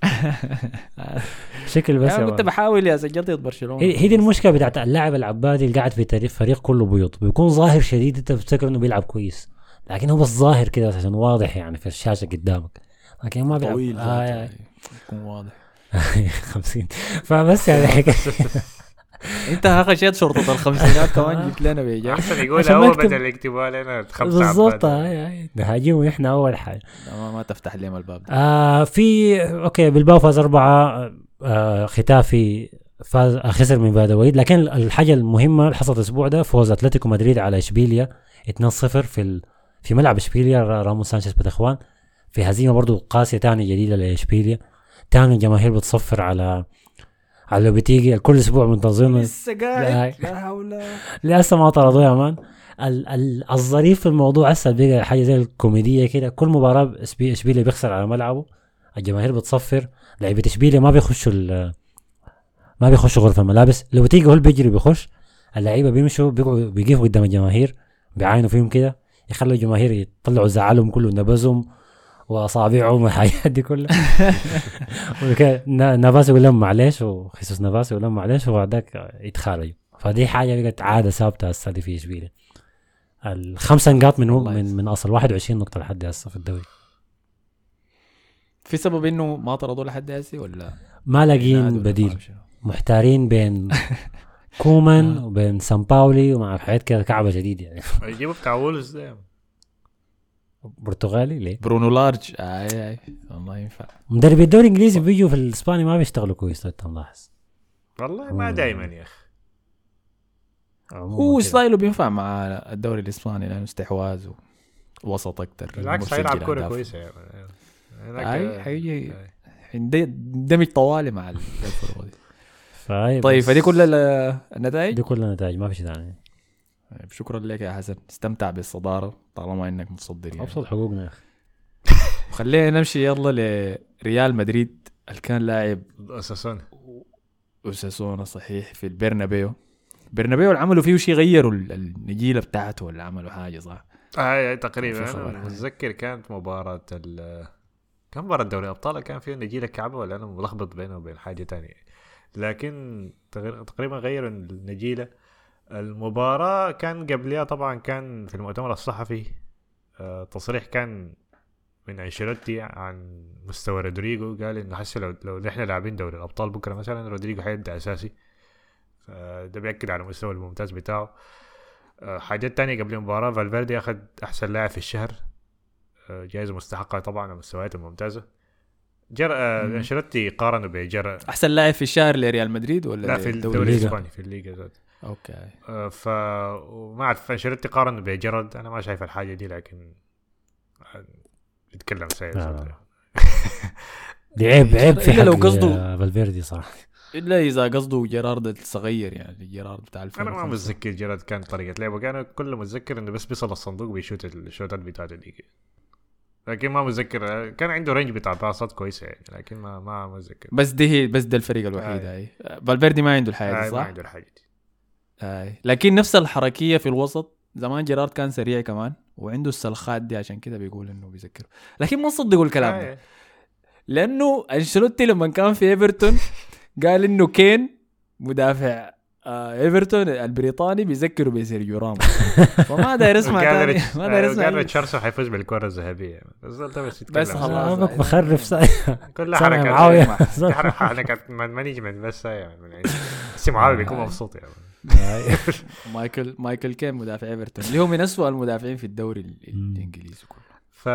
شكل بس يعني كنت بحاول يا سجلت ضد برشلونه. هي دي المشكله بتاعت اللاعب العبادي اللي قاعد في تاريخ فريق كله بيض، بيكون ظاهر شديد انت بتفكر انه بيلعب كويس لكن هو بس ظاهر كده عشان واضح يعني في الشاشه قدامك، لكن ما بيلعب طويل آه يكون واضح. خمسين فبس يعني انت ها خشيت شرطة الخمسينات كمان جبت لنا بيجا. احسن يقول عشان ما هو أكتب. بدل يكتبوا لنا خمسة بالضبط. عباد. هاي هاي نهاجمه احنا اول حاجه. ما, ما تفتح لهم الباب ده. آه في اوكي بالباو فاز أربعة. آه ختافي فاز خسر من فالادوليد، لكن الحاجه المهمه اللي حصلت الاسبوع ده فوز اتلتيكو مدريد على اشبيليا اثنين صفر في ال... في ملعب اشبيليا رامون سانشيز بتخوان، في هزيمه برضو قاسيه تاني جديده لاشبيليا. تاني الجماهير بتصفر على على بتيجي كل اسبوع منتظرين. لسه قاعد لا حول. لسه ما طردوه يا مان. ال ال الظريف في الموضوع هسه بقى حاجه زي الكوميديه كده، كل مباراه اشبيليا بيخسر على ملعبه الجماهير بتصفر، لعيبه اشبيليا ما بيخشوا ما بيخشوا غرفه الملابس، لو تيجي هو بيجري بيخش، اللعيبه بيمشوا بيقعدوا بيقفوا قدام الجماهير بيعاينوا فيهم كده، يخلوا الجماهير يطلعوا زعلهم كله، نبزهم واصابعهم والحاجات دي كلها. نافاس يقول لهم معلش، وخيسوس نافاس يقول لهم معلش، وبعدك يتخارجوا. فدي حاجه بقت عاده ثابته هسه في اشبيليا. الخمسه نقاط من من من اصل واحد وعشرين نقطه لحد هسه في الدوري. في سبب انه ما طردوا لحد هسه ولا ما لاقين بديل؟ محتارين بين كومان وبين سان باولي ومع حياة كده كعبة جديد يعني. يجيبوا بتاع وولز ده برتغالي ليه؟ برونو لارج. اي اي والله ينفع. مدرب الدوري الانجليزي بيجوا في الاسباني ما بيشتغلوا كويس تلاحظ. والله ما دائما يا اخي. هو ستايله بينفع مع الدوري الاسباني لانه استحواذ ووسط اكتر. بالعكس هيلعب كوره كويسه يعني. اي حقيقي دمج طوالي مع الفرق دي. طيب طيب فدي كل النتائج دي كل النتائج ما في شيء ثاني. شكرا لك يا حسن، استمتع بالصداره طالما انك متصدر يعني. ابسط حقوقنا يا اخي. خلينا نمشي يلا لريال مدريد اللي كان لاعب اساسونا اساسونا صحيح في البرنابيو. برنابيو اللي عملوا فيه شيء، غيروا النجيله بتاعته ولا عملوا حاجه صح؟ اي تقريبا انا متذكر كانت مباراه ال كم مباراه دوري الابطال كان فيه نجيله كعبه، ولا انا ملخبط بينه وبين حاجه تانية. لكن تقريبا غيروا النجيله. المباراه كان قبلها طبعا كان في المؤتمر الصحفي تصريح كان من انشيلوتي عن مستوى رودريجو، قال انه حسي لو لو نحن لاعبين دوري الابطال بكره مثلا رودريجو حيبدا اساسي. ده بيأكد على المستوى الممتاز بتاعه. حاجات تانية قبل المباراة فالفيردي أخذ أحسن لاعب في الشهر، جائزة مستحقة طبعا مستوياته الممتازة. جر انشيلوتي قارنه بجر أحسن لاعب في الشهر لريال مدريد ولا لا في الدوري الإسباني في الليغا ذات. أوكي. ف وما أعرف انشيلوتي قارنه بجرد، أنا ما شايف الحاجة دي لكن يتكلم سيء. دي عيب عيب في حق لو قصده فالفيردي صح، إلا إذا قصده جيرارد الصغير يعني جيرارد بتاع الفيلم. أنا ما متذكر جيرارد كان طريقة لعبه، كان كل متذكر إنه بس بيصل الصندوق بيشوت الشوتات بتاعته دي، لكن ما متذكر كان عنده رينج بتاع باصات كويسة يعني، لكن ما ما متذكر. بس دي بس ده الفريق الوحيد هاي آه. فالفيردي ما عنده الحاجة دي صح؟ ما عنده الحاجة دي. آه. لكن نفس الحركية في الوسط زمان جيرارد كان سريع كمان وعنده السلخات دي، عشان كده بيقول إنه بيذكر، لكن ما صدقوا الكلام آه. ده لأنه أنشيلوتي لما كان في إيفرتون قال إنه كين مدافع آه ايفرتون البريطاني بيذكروا بسيرجيو راموس. فما داير اسمع تاني، ما داير اسمع. قال تشارسو حيفوز بالكرة الذهبية بس بس خلاص بخرف كل حركة معاوية احنا كانت مانجمنت بس يعني بس معاوية بيكون مبسوط يعني. مايكل مايكل كين مدافع ايفرتون اللي هو من أسوأ المدافعين في الدوري الانجليزي كله. ف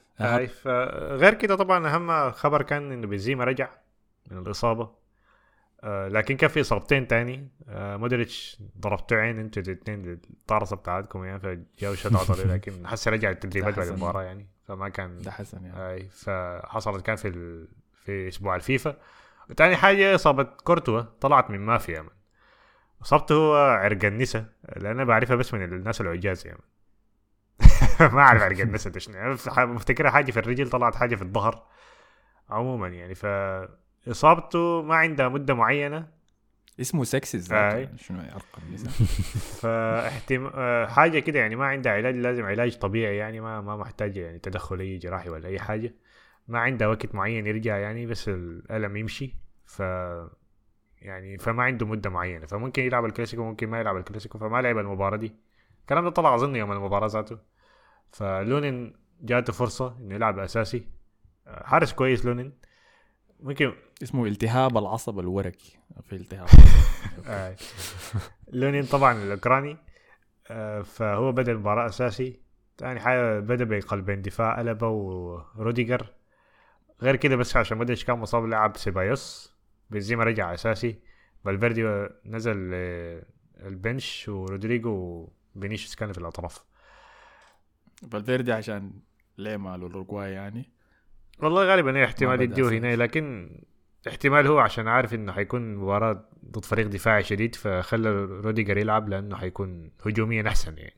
غير كده طبعا اهم خبر كان انه بنزيما رجع من الإصابة. آه لكن كان في إصابتين تاني. آه مودريتش ضربتوا عين انتوا الاثنين الطارصة بتاعتكم يعني، فجاو شد عضلي لكن حس رجع التدريبات بعد المباراة يعني، فما كان ده حسن يعني. آه فحصلت كان في ال... في أسبوع الفيفا. تاني حاجة إصابة كورتوا طلعت من ما في يعني. إصابته هو عرق النسا، لأن بعرفها بس من الناس العجاز يعني. ما أعرف عرق النسا ده شنو، مفتكرها حاجة في الرجل طلعت حاجة في الظهر عموما يعني. ف إصابته ما عندها مدة معينة. اسمه سكسز آه. شنو يرقم نسا. فاحتم حاجة كده يعني ما عندها علاج، لازم علاج طبيعي يعني، ما ما محتاجة يعني تدخل أي جراحي ولا أي حاجة. ما عندها وقت معين يرجع يعني، بس الألم يمشي. ف يعني فما عنده مدة معينة، فممكن يلعب الكلاسيكو ممكن ما يلعب الكلاسيكو، فما لعب المباراة دي. الكلام ده طلع أظن يوم المباراة ذاته. فلونين جاته فرصة إنه يلعب أساسي، حارس كويس لونين. ممكن اسمه التهاب العصب الوركي في التهاب. آه. لونين طبعا الأوكراني آه فهو بدأ المباراة أساسي. ثاني حاجة بدأ بقلبين دفاع ألبا وروديجر. غير كده بس عشان مودريتش كان مصاب لعب سيبايوس. بنزيما رجع أساسي. فالفيردي نزل البنش ورودريجو وبينيسيوس كان في الأطراف. فالفيردي عشان ليه ماله الأوروغواي يعني والله غالبا هي احتمال يديه هنا لكن احتمال هو عشان عارف انه حيكون مباراة ضد فريق دفاعي شديد فخلى روديجر يلعب لانه حيكون هجوميا احسن يعني.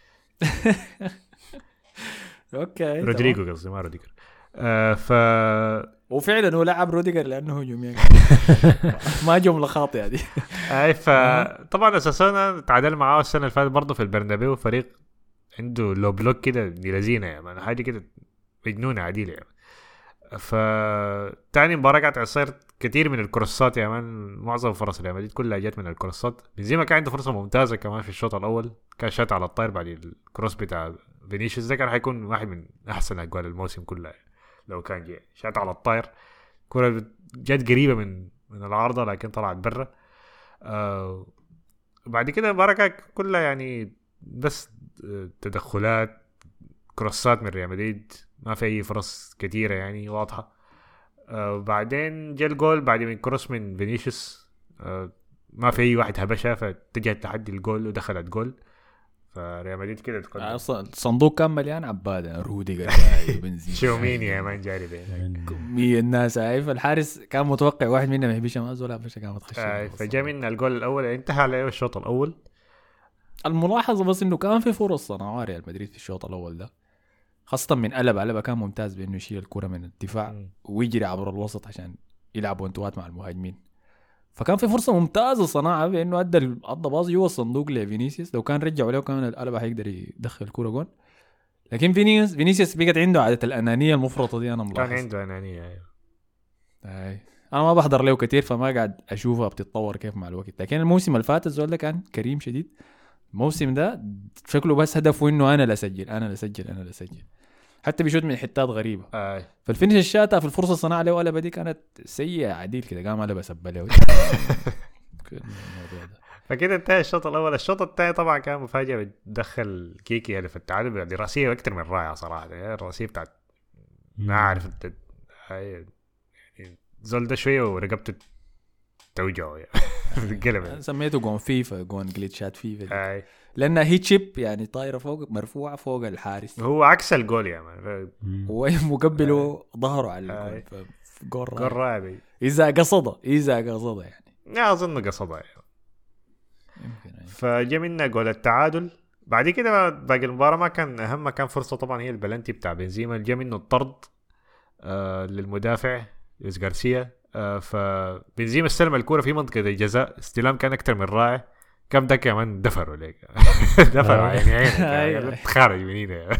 اوكي رودريجو قصدي ما روديجر. آه ف وفعلا هو لعب روديجر لانه هجوميا ما جملة خاطئة دي. اي فطبعا اساسا تعادل معاه السنة اللي فاتت برضه في البرنابيو فريق عنده لو بلوك كده لذينه يعني حاجة كده مجنونة عديلة يعني. فتاني مباراة قاعد تصير كثير من الكروسات يا مان. معظم فرص ريال مدريد كلها جت من الكروسات. بنزيما كان عنده فرصة ممتازة كمان في الشوط الأول كان شات على الطاير بعد الكروس بتاع فينيسيوس ده كان حيكون واحد من أحسن أجوال الموسم كلها لو كان جاء شات على الطاير. كرة جت قريبة من من العارضة لكن طلعت برا. آه بعد كده المباراة كلها يعني بس تدخلات كروسات من ريال مدريد ما في أي فرص كتيرة يعني واضحة. آه بعدين جاء الجول بعد من كروس من فينيسيوس. آه ما في أي واحد هبشة فاتجه تحدي الجول ودخلت جول. فريال مدريد كده تقدم. اصلا الصندوق كان مليان عبادة روديجر بنزين شوميني يا مان جاري بين كمية الناس عارف. الحارس كان متوقع واحد منا ما يهبش ما زول هبشة كان متخشى. آه فجاء منا الجول الأول انتهى على الشوط الأول. الملاحظة بس إنه كان في فرص صنعوا ريال مدريد في الشوط الأول ده خاصة من قلب قلب كان ممتاز بأنه يشيل الكرة من الدفاع م. ويجري عبر الوسط عشان يلعب وانتوات مع المهاجمين. فكان في فرصة ممتازة صناعة بأنه أدى أدى باص جوا الصندوق لفينيسيوس لو كان رجع ولو كان القلب هيقدر يدخل الكرة جون. لكن فينيسيوس فينيسيوس بقت عنده عادة الأنانية المفرطة دي. أنا ملاحظ كان عنده أنانية أيوه. أي أنا ما بحضر له كتير فما قاعد أشوفها بتتطور كيف مع الوقت. لكن الموسم اللي فات الزول ده كان كريم شديد. الموسم ده شكله بس هدفه إنه أنا لا أسجل أنا لا أسجل أنا لا أسجل حتى بيشوت من حتات غريبة. آه. فالفينش الشاتة في الفرصة الصناعة له ولا بدي كانت سيئة عديل كده قام على بسبة له. فكده انتهى الشوط الأول. الشوط الثاني طبعا كان مفاجأة بتدخل كيكي هدف التعادل. دي راسية أكتر من رائعة صراحة. الراسية بتاعت ما أعرف انت هاي يعني زول ده شوية ورقبته توجعه يعني. سميته جون فيفا جون جليتشات فيفا آه. لأنها هي تشيب يعني طايرة فوق مرفوعة فوق الحارس. هو عكس الجول يا مان. هو مقبله ظهره على الجول. جول رائع إذا قصده إذا قصده يعني. لا أظن قصده يعني. فجاء منا جول التعادل. بعد كده باقي المباراة ما كان أهم ما كان فرصة طبعا هي البلنتي بتاع بنزيما. جاء منه الطرد آه للمدافع لويس غارسيا. آه فبنزيما استلم الكرة في منطقة الجزاء. استلام كان أكتر من رائع. كم ده كمان دفروا ليك دفروا عيني عينك تخارج منينه.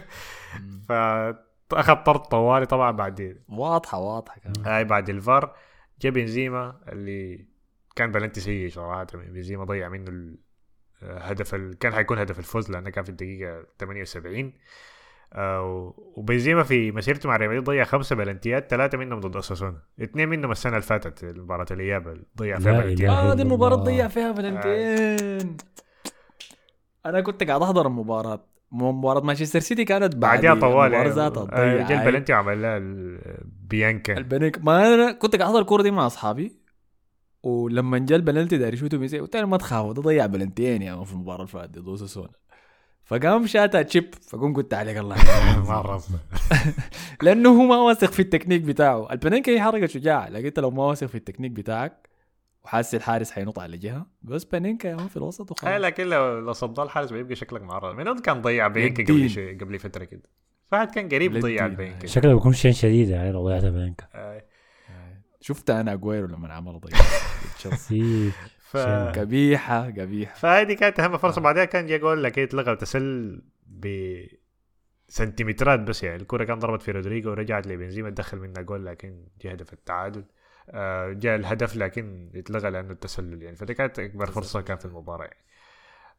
فأخذ طرد طوالي طبعا بعد واضحة واضحة هاي بعد الفار. جاء بنزيما اللي كان بلنتي سيء صراحة. بنزيما ضيع منه الهدف ال... كان حيكون هدف الفوز لأنه كان في الدقيقة ثمانية وسبعين. آه وبنزيما في مسيرته مع ريال مدريد ضيع خمسة بلنتيات ثلاثة منهم ضد أساسونا اثنين منهم السنة اللي فاتت مباراة الإياب ضيع فيها بلنتيات. آه دي المباراة ضيع فيها بلنتين. آه. أنا كنت قاعد أحضر المباراة مباراة مانشستر سيتي كانت بعدها طوال المباراة ذاتها ضيع. جا البلنتي وعمل لها بيانكا البنك. ما أنا كنت قاعد أحضر الكورة دي مع أصحابي ولما جا البلنتي داري شوتو بيسي قلت له ما تخافوا ده ضيع بلنتين يا في المباراة اللي فاتت ضد أساسونا. فقام شاتها تشيب فقوم قلت عليك الله ما رصنا لانه هو ما واثق في التكنيك بتاعه. البنانكا هي حركه شجاعه لكن انت لو ما واثق في التكنيك بتاعك وحاسس الحارس حينط على جهه بس بنانكا يا في الوسط وخلاص. اي لكن لو لو صد الحارس بيبقى شكلك معرض. من كان ضيع بينكا قبل شيء قبل فتره كده. فهد كان قريب ضيع بينكا شكله بيكون شيء شديد يعني لو ضيعت بينكا. شفت انا اجويرو لما عمل ضيع تشيلسي ف... قبيحه قبيحه. فهذه كانت اهم فرصه. بعدها كان جا جول لكن اتلغى وتسل بسنتيمترات بس يعني. الكره كان ضربت في رودريجو ورجعت لبنزيما تدخل منها جول لكن جاء هدف التعادل. جاء الهدف لكن اتلغى لانه التسلل يعني. فدي كانت اكبر فرصه كانت في المباراه يعني.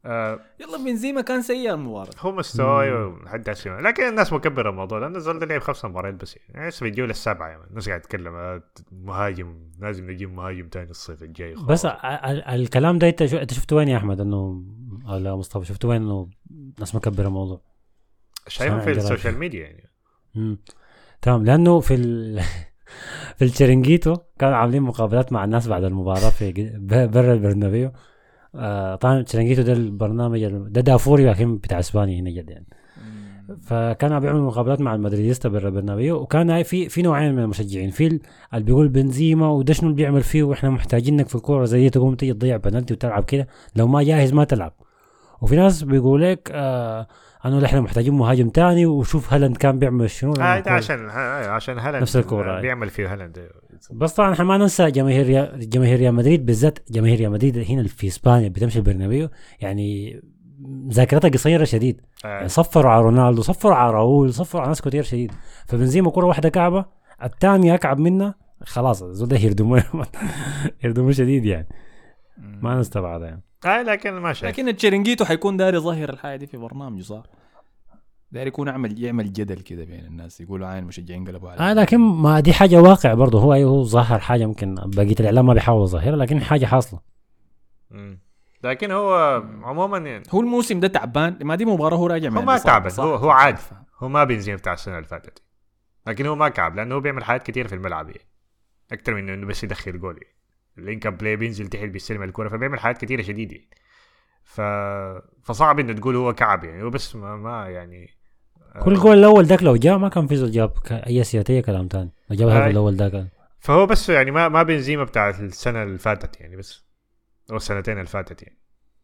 آه يلا بنزيما كان سيء المباراة. هو مستوى لحد هسه، لكن الناس مكبره الموضوع لانه الزول ده لعب خمس مباريات بس يعني لسه في الجوله السابعه يعني. الناس قاعد تتكلم آه مهاجم لازم نجيب مهاجم تاني الصيف الجاي خلاص. بس ال- ال- الكلام ده انت شو انت شفته وين يا احمد؟ انه ولا مصطفى شفته وين انه ناس مكبره الموضوع؟ شايفه في السوشيال ميديا يعني. امم تمام. لانه في ال... في الشرنجيتو كانوا عاملين مقابلات مع الناس بعد المباراه في برا البرنابيو. آه طبعا الشرنجيتو ده البرنامج ده دافوري لكن بتاع اسبانيا هنا جد يعني. فكانوا بيعملوا مقابلات مع المدريديستا برا البرنابيو، وكان في في نوعين من المشجعين، في اللي بيقول بنزيما وده شنو اللي بيعمل فيه واحنا محتاجينك في الكوره زي دي تقوم تيجي تضيع بنالتي وتلعب كده، لو ما جاهز ما تلعب. وفي ناس بيقول لك آه انه احنا محتاجين مهاجم تاني وشوف هالاند كان بيعمل شنو. آه ده عشان عشان هالاند نفس الكوره بيعمل فيه هالاند. بس طبعا احنا ما ننسى جماهير جماهير ريال مدريد، بالذات جماهير ريال مدريد هنا في اسبانيا بتمشي البرنابيو يعني ذاكرتها قصيره شديد. آه. يعني صفروا على رونالدو، صفروا على راؤول، صفروا على ناس كتير شديد. فبنزيما كره واحده كعبه الثانيه اكعب منها خلاص زول ده يردموه يردموه شديد يعني. ما نستبعد يعني. آه لكن ما شايف. لكن التشيرنجيتو حيكون داري ظاهر الحاجه دي في برنامجه صح؟ داري يكون عمل يعمل جدل كده بين الناس يقولوا عين المشجعين قلبوا عليه. آه لكن ما دي حاجه واقع برضه. هو هو ظاهر حاجه ممكن بقيه الاعلام ما بيحاول يظهرها لكن حاجه حاصله. مم. لكن هو عموما يعني هو الموسم ده تعبان، ما دي مباراه هو راجع هو من ما الإصابة، تعبان، صح؟ هو هو عادي. هو ما بنزيما بتاع السنه اللي فاتت، لكن هو ما كعب لانه هو بيعمل حاجات كتير في الملعب يعني. اكتر من انه بس يدخل جول يعني. اللينك اب بلاي بينزل تحت بيستلم الكره، فبيعمل حاجات كتيره شديده يعني. ف... فصعب انه تقول هو كعب يعني. هو بس ما, ما يعني كل جول الاول داك لو جاء ما كان في زول جاب اي سياسيه كلام تاني، لو جاب هذا الاول ده كان. فهو بس يعني ما ما بنزيما بتاع السنه اللي فاتت يعني، بس او السنتين اللي فاتت يعني.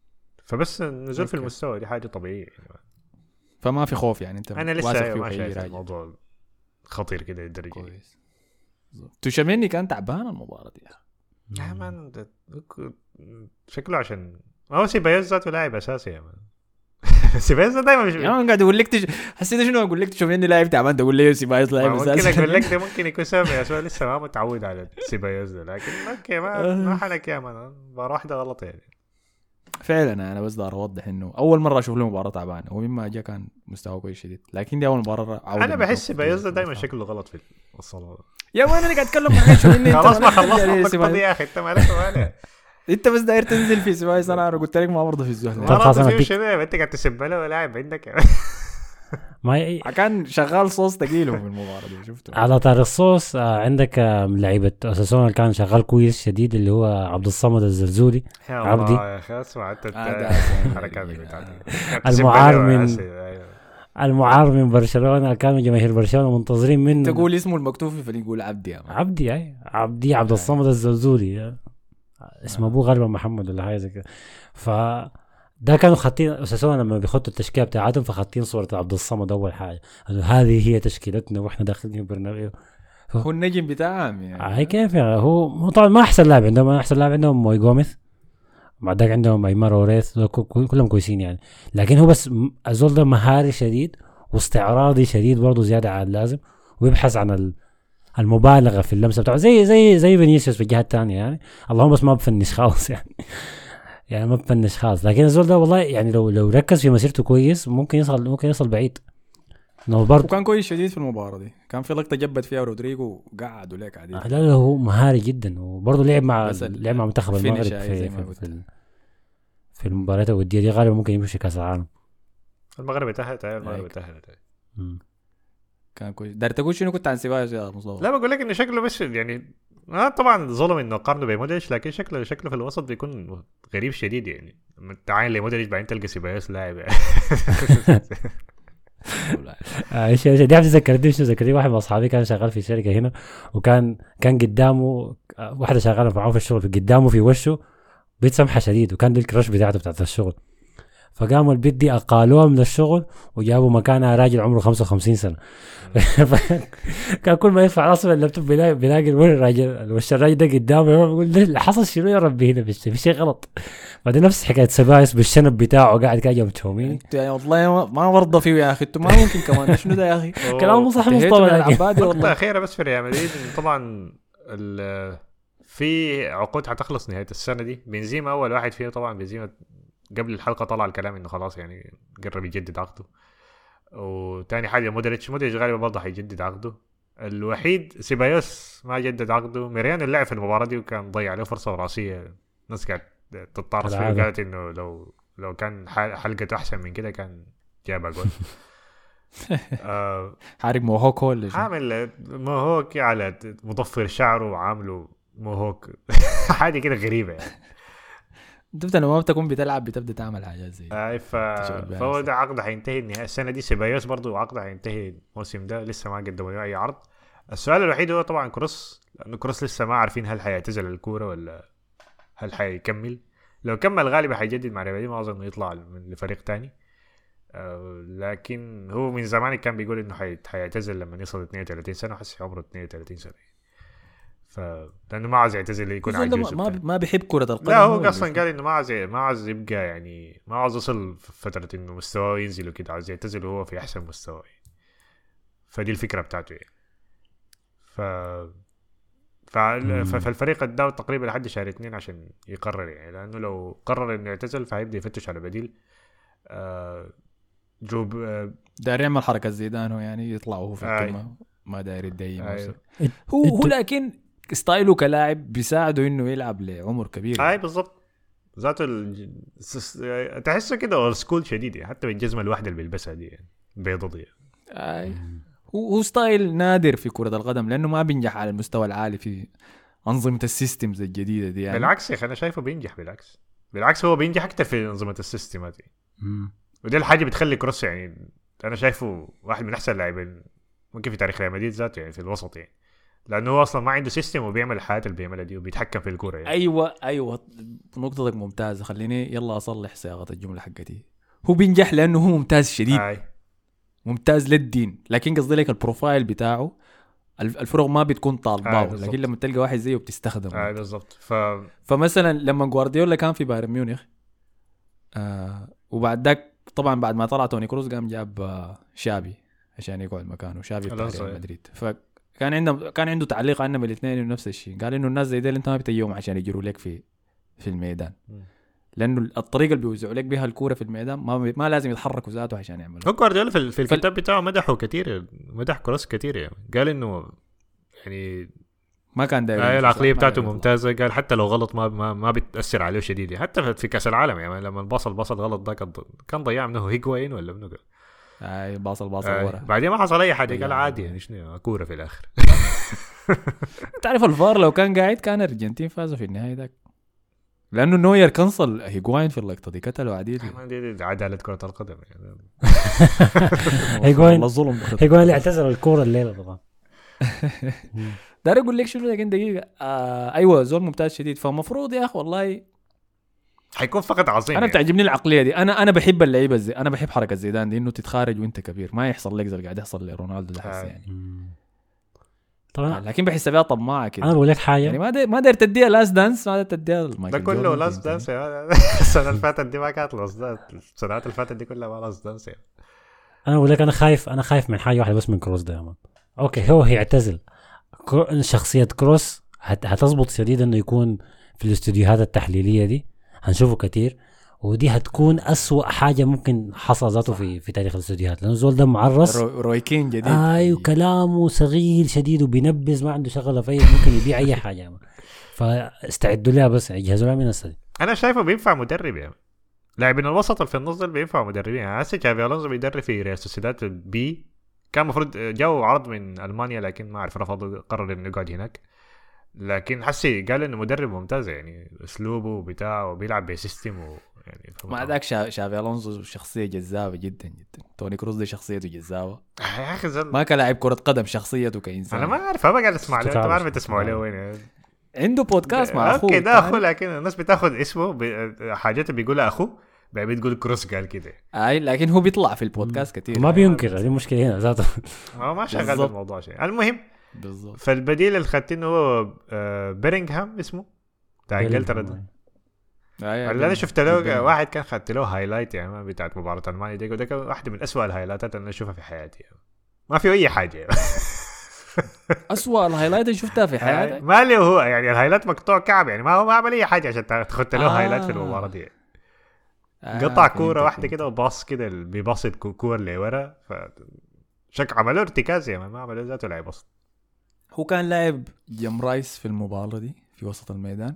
فبس نزول في المستوى دي حاجه طبيعيه يعني. فما في خوف يعني. انت انا لسه ما شايف الموضوع خطير كده للدرجه كويس. تشاميني كان تعبان المباراه دي يا اخي. يا مان شكله عشان ما هو سيبايوس ذاته لاعب اساسي يا مان. سيبايوس دايما مش يا مان قاعد اقول لك تش... حسيت شنو اقول لك تشاميني لاعب تعبان تقول لي سيبايوس لاعب اساسي. ممكن اقول لك ده ممكن يكون سبب يا سو لسه ما متعود على سيبايوس ده، لكن اوكي ما ما حنك يا مان مباراه واحده غلط يعني. فعلا انا بس دار اوضح انه اول مره اشوف له مباراه تعبانه، ومما جاء كان مستواه كويس شديد، لكن دي اول مباراه انا بحس سيبايوس دايما شكله غلط في الصلاه. يا مان انا قاعد اتكلم معك شو اني خلاص ما خلصت النقطه دي يا اخي. انت مالك ومالك انت بس داير تنزل في سيبايوس. انا قلت لك ما برضه في الزهد خلاص في شنو انت قاعد تسب له لاعب عندك ما كان شغال صوص ثقيله في المباراه دي شفته. على طار الصوص آه عندك آه لعيبه اساسونا كان شغال كويس شديد اللي هو عبد الصمد الزلزولي عبدي يا اخي اسمع انت حركاتك بتاعتك. المعار من المعار من برشلونه كانوا جماهير برشلونه منتظرين منه تقول اسمه المكتوب في فريق يقول عبدي يا عبدي اي عبدي عبد الصمد الزلزولي اسمه ابوه غالبا محمد ولا حاجه زي كده. ف ده كانوا خاطين اساسا لما بيخطوا التشكيله بتاعتهم فخاطين صوره عبد الصمد اول حاجه هذه هي تشكيلتنا واحنا داخلين برنابيو. هو النجم بتاعهم يعني. هاي كيف يعني. هو طبعا ما احسن لاعب عندهم، احسن لاعب عندهم موي جوميز، بعد ذاك عندهم ايمار اوريث كلهم كويسين يعني. لكن هو بس الزول ده مهاري شديد واستعراضي شديد برضه زياده عن اللازم، ويبحث عن المبالغه في اللمسه بتاعه زي زي زي فينيسيوس في الجهه الثانيه يعني. اللهم بس ما بفنش خالص يعني يعني ما بفنش خالص. لكن الزول ده والله يعني لو لو ركز في مسيرته كويس ممكن يصل ممكن يصل بعيد. وكان كويس شديد في المباراه دي. كان في لقطه جبت فيها رودريجو قعد ولا قاعد. لا لا هو مهاري جدا، وبرضه لعب مع لعب مع منتخب المغرب في في, في, في المباريات الوديه دي غالبا ممكن يمشي كاس العالم. المغرب تاهلت المغرب تاهلت كان كويس. دارت تقول شنو كنت عن سيبايوس يا مصطفى؟ لا بقول لك انه شكله بس يعني آه طبعا ظلم انه قارنه بمودريتش، لكن شكله شكله في الوسط بيكون غريب شديد يعني. تعاين لمودريتش بعدين تلقى سيبايوس لاعب ايش ايش دي ذكرتني شو ذكرتني واحد من اصحابي كان شغال في شركه هنا، وكان كان قدامه واحده شغاله معاه في الشغل، قدامه في وشه بيت سمحه شديد، وكان دي الكراش بتاعته بتاعت الشغل. فقاموا البيت دي اقالوها من الشغل وجابوا مكانها راجل عمره خمسة وخمسين سنه. كان كل ما يرفع راسه اللابتوب بيلاقي بيلاقي الراجل وش الراجل ده قدامه يقول اللي حصل شنو يا ربي هنا في شيء غلط. بعدين نفس حكايه سبايس بالشنب بتاعه قاعد كاجم تشومين والله ما برضى فيه يا اخي. انتوا ما ممكن كمان شنو ده يا اخي كلامه صح مصطفى العبادي والله خيره. بس في ريال مدريد طبعا في عقود حتخلص نهايه السنه دي. بنزيما اول واحد فيه طبعا. بنزيما قبل الحلقه طلع الكلام انه خلاص يعني قرب يجدد عقده. وتاني حاجه مودريتش مودريتش غالبا برضه حيجدد عقده. الوحيد سيبايوس ما جدد عقده. ميريان اللي لعب في المباراه دي وكان ضيع عليه فرصه راسيه، الناس قاعد تتطارس فيه، قالت انه لو لو كان حلقته احسن من كده كان جاب جول. آه حارق موهوك ولا شيء؟ عامل موهوك على مضفر شعره وعامله موهوك حاجه كده غريبه يعني. انت لما بتكون بتلعب بتبدا تعمل حاجات زي اي ف... فهو ده عقده حينتهي النهايه السنه دي. سيبايوس برضو عقده حينتهي الموسم ده، لسه ما قدموا له اي عرض. السؤال الوحيد هو طبعا كروس، لانه كروس لسه ما عارفين هل حيعتزل الكوره ولا هل حيكمل. لو كمل غالبا حيجدد مع ريال مدريد، ما اظن انه يطلع من لفريق تاني. أه لكن هو من زمان كان بيقول انه حيعتزل لما يوصل اثنين وثلاثين سنه، وحس عمره اثنين وثلاثين سنه. ف لانه ما عايز يعتزل يكون عجوز. ما ما بيحب كره القدم. لا هو اصلا قال انه ما عايز ما عايز يبقى يعني ما عاوز يوصل فتره انه مستواه ينزل وكده، عايز يعتزل وهو في احسن مستوى. فدي الفكره بتاعته يعني. ف ف فالفريق اداه تقريبا لحد شهر اثنين عشان يقرر يعني، لانه لو قرر انه يعتزل فهيبدا يفتش على بديل. آه جوب آه داير يعمل حركه زيدان، هو يعني يطلع وهو في القمه. آه ما داير يدعي آه هو هو لكن ستايله كلاعب بيساعده انه يلعب لعمر كبير. اي بالضبط ذاته ال... تحسه كده اول سكول شديد يعني، حتى بالجزمه الواحده اللي بيلبسها دي يعني بيضه دي. اي هو هو ستايل نادر في كره القدم، لانه ما بينجح على المستوى العالي في انظمه السيستمز الجديده دي يعني. بالعكس يا اخي انا شايفه بينجح. بالعكس بالعكس هو بينجح اكتر في انظمه السيستمات دي. ودي الحاجه بتخلي كروس يعني انا شايفه واحد من احسن اللاعبين ممكن في تاريخ ريال مدريد ذاته يعني في الوسط يعني، لانه هو اصلا ما عنده سيستم وبيعمل الحياه اللي بيعملها دي وبيتحكم في الكوره يعني. ايوه ايوه نقطتك ممتازه. خليني يلا اصلح صياغه الجمله حقتي. هو بينجح لانه هو ممتاز شديد. آي. ممتاز للدين، لكن قصدي لك البروفايل بتاعه الفرق ما بتكون طالباه، لكن لما تلقى واحد زيه بتستخدمه. اي بالضبط. ف... فمثلا لما جوارديولا كان في بايرن ميونخ آه وبعد ذاك طبعا بعد ما طلع توني كروز قام جاب آه شابي عشان يقعد مكانه، شابي بتاع ريال مدريد. فكان عنده كان عنده تعليق عنهم الاثنين نفس الشيء، قال انه الناس زي دي انت ما بتجيهم عشان يجروا لك في في الميدان، لانه الطريقه اللي بيوزعوا لك بها الكوره في الميدان ما ما لازم يتحركوا ذاته عشان يعملوا. هو جوارديولا في, في الكتاب بتاعه مدحه كثير، مدح كروس كثير يعني. قال انه يعني ما كان داير آه العقليه بتاعته ممتازه. قال حتى لو غلط ما ما, ما بتاثر عليه شديد يعني. حتى في كاس العالم يعني لما الباصل باصل غلط ده كان ضيع منه هيغوين ولا منه اي باصل باصل آه ورا، بعدين ما حصل اي حاجه. قال عادي يعني شنو كوره في الاخر. تعرف الفار لو كان قاعد كان الارجنتين فازوا في النهايه ذاك، لانه نوير كنسل هيغوين في اللقطه دي قتلوا عديل. دي عداله كره القدم يعني. هيغوين هيغوين اللي اعتزل الكوره الليله طبعا. دار اقول لك شنو لكن دقيقه آه ايوه زول ممتاز شديد. فمفروض يا اخي والله حيكون فقط عظيم. انا بتعجبني يعني. العقليه دي انا انا بحب اللعيبه زي انا بحب حركه زيدان دي، انه تتخارج وانت كبير ما يحصل لك زي اللي قاعد يحصل لرونالدو ده حس يعني. طبعا لكن بحس بيها طماعه كده. انا بقول لك حاجه يعني ما داير ما داير تديها لاست دانس، ما داير تديها ده كله لاست دانس. السنه اللي فاتت دي ما كانت لاست دانس، السنوات اللي فاتت دي كلها ما لاست دانس يعني. انا بقول لك انا خايف انا خايف من حاجه واحده بس من كروس ده يا مان. اوكي هو هيعتزل، شخصيه كروس هتظبط شديد انه يكون في الاستوديوهات التحليليه دي، هنشوفه كتير، ودي هتكون أسوأ حاجة ممكن حصل ذاته في في تاريخ الاستوديوهات، لأنه زول ده معرس رو رويكين جديد. آي وكلامه صغير شديد وبينبز ما عنده شغلة في ممكن يبيع أي حاجة. فاستعدوا لها بس يجهزوا لها من السنة. أنا شايفه بينفع مدرب يعني. لاعبين الوسط اللي في النص اللي بينفع مدربين يعني. هسه تشافي ألونسو بيدرب في ريال سوسيداد بي، كان مفروض جو عرض من ألمانيا لكن ما أعرف رفض، قرر إنه يقعد هناك. لكن حسي قال إنه مدرب ممتاز يعني، أسلوبه بتاعه بيلعب بسيستم و يعني مع ذاك شافي ألونسو شخصية جذابة جدا جدا. توني كروز دي شخصيته جذابة يا أخي زل... ما كلاعب كرة قدم، شخصيته كإنسان. أنا ما أعرف ما قاعد أسمع له. أنت ما عارف تسمع له وين؟ عنده بودكاست مع أخوه. أوكي ده أخوه، لكن الناس بتاخد اسمه ب... حاجاته بيقولها أخوه بعدين تقول كروس قال كده. أي لكن هو بيطلع في البودكاست كتير ما بينكر. هذه مشكلة هنا ذاته. هو ما شغال بالموضوع شيء. المهم بالضبط. فالبديل اللي خدتينه هو بيرينغهام اسمه بتاع انجلترا ده. اللي انا شفت له واحد كان خدت له هايلايت يعني بتاعت مباراة المانيا دي، وده كان واحدة من أسوأ الهايلايتات اللي انا اشوفها في حياتي يعني. ما في اي حاجة يعني. أسوأ الهايلايت اللي شفتها في حياتك؟ ما له هو يعني الهايلايت مقطوع كعب يعني، ما هو ما عمل اي حاجة عشان تاخد له آه. هايلايت في المباراة دي. آه قطع فهمتك، كوره واحده فهمتك. كده وباص كده بيباصد كور لورا ف شك عملوا ارتكاز يا ما عملوا ذاته لعب اصلا. هو كان لاعب جيم رايس في المباراة دي في وسط الميدان،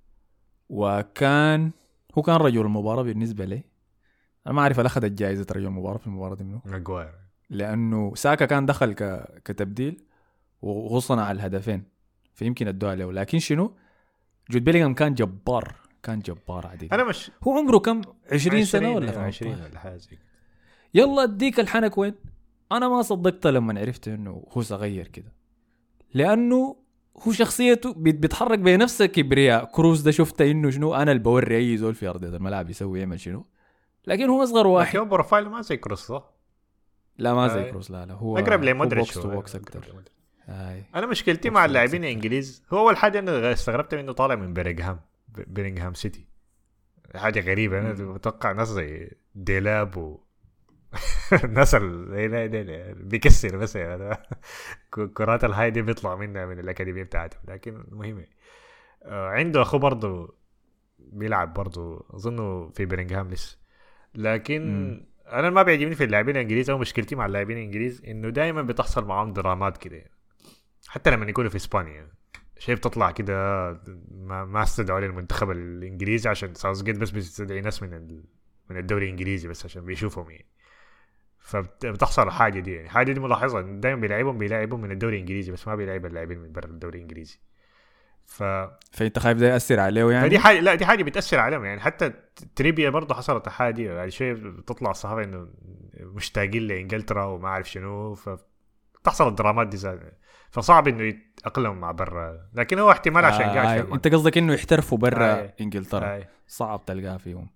وكان هو كان رجل المباراة بالنسبة لي. أنا ما أعرف هل أخذت جائزة رجل المباراة في المباراة دي منه، ماجواير لأنه ساكا كان دخل ك... كتبديل وغصنا على الهدفين فيمكن ادوها له. لكن شنو، جود بيلينغهام كان جبار، كان جبار عديد. انا مش هو عمره كم عشرين سنة ولا عشرين عشرين ولا حاجه زي كده. يلا اديك الحنك وين. انا ما صدقت لما عرفت انه هو صغير كده، لانه هو شخصيته بيت- بيتحرك بنفس كبرياء كروز ده. شفته انه شنو، انا اللي بوري اي زول في ارضيه الملعب يسوي يعمل شنو، لكن هو اصغر لكن واحد. هو بروفايل ما زي كروس صح؟ لا ما زي آه. كروز، لا لا هو اقرب هو لمودريتش بوكس تو شوية. بوكس اكتر. هاي انا مشكلتي بوكس مع تو اللاعبين بوكس الانجليز هو اول حاجه انا استغربت انه طالع من بيرينغهام بيرينغهام سيتي، حاجه غريبه. انا مم. بتوقع ناس زي ديلاب و الناس اللي بيكسر بس يعني كرات الهاي دي بيطلع منها من الاكاديميه بتاعتهم. لكن المهم آه، عنده اخو برضه بيلعب برضه اظنه في بيرينغهام لسه. لكن مم. انا ما بيعجبني في اللاعبين الانجليز او مشكلتي مع اللاعبين الانجليز انه دائما بتحصل معاهم درامات كده، حتى لما يكونوا في اسبانيا شيء بتطلع كده ما ما استدعوا للمنتخب الانجليزي عشان ساوثجيت بس بيستدعي ناس من ال... من الدوري الانجليزي بس عشان بيشوفهم يعني. فبتحصل الحاجه دي يعني حاجه دي ملاحظه دائما بيلعبهم بيلعبهم من الدوري الانجليزي بس ما بيلعب اللاعبين من برا الدوري الانجليزي. ف فانت خايف ده ياثر عليه يعني؟ فدي حاجه، لا دي حاجه بتاثر عليهم يعني. حتى تريبيا برضه حصلت الحاجه دي يعني شويه بتطلع الصحافه انه مشتاقين لانجلترا وما اعرف شنو، فتحصل الدرامات دي زاد. فصعب انه يتاقلم مع برا، لكن هو احتمال عشان آه قاعد آه في المانيا. انت قصدك انه يحترفوا برا آه. انجلترا آه. صعب تلقاه فيهم.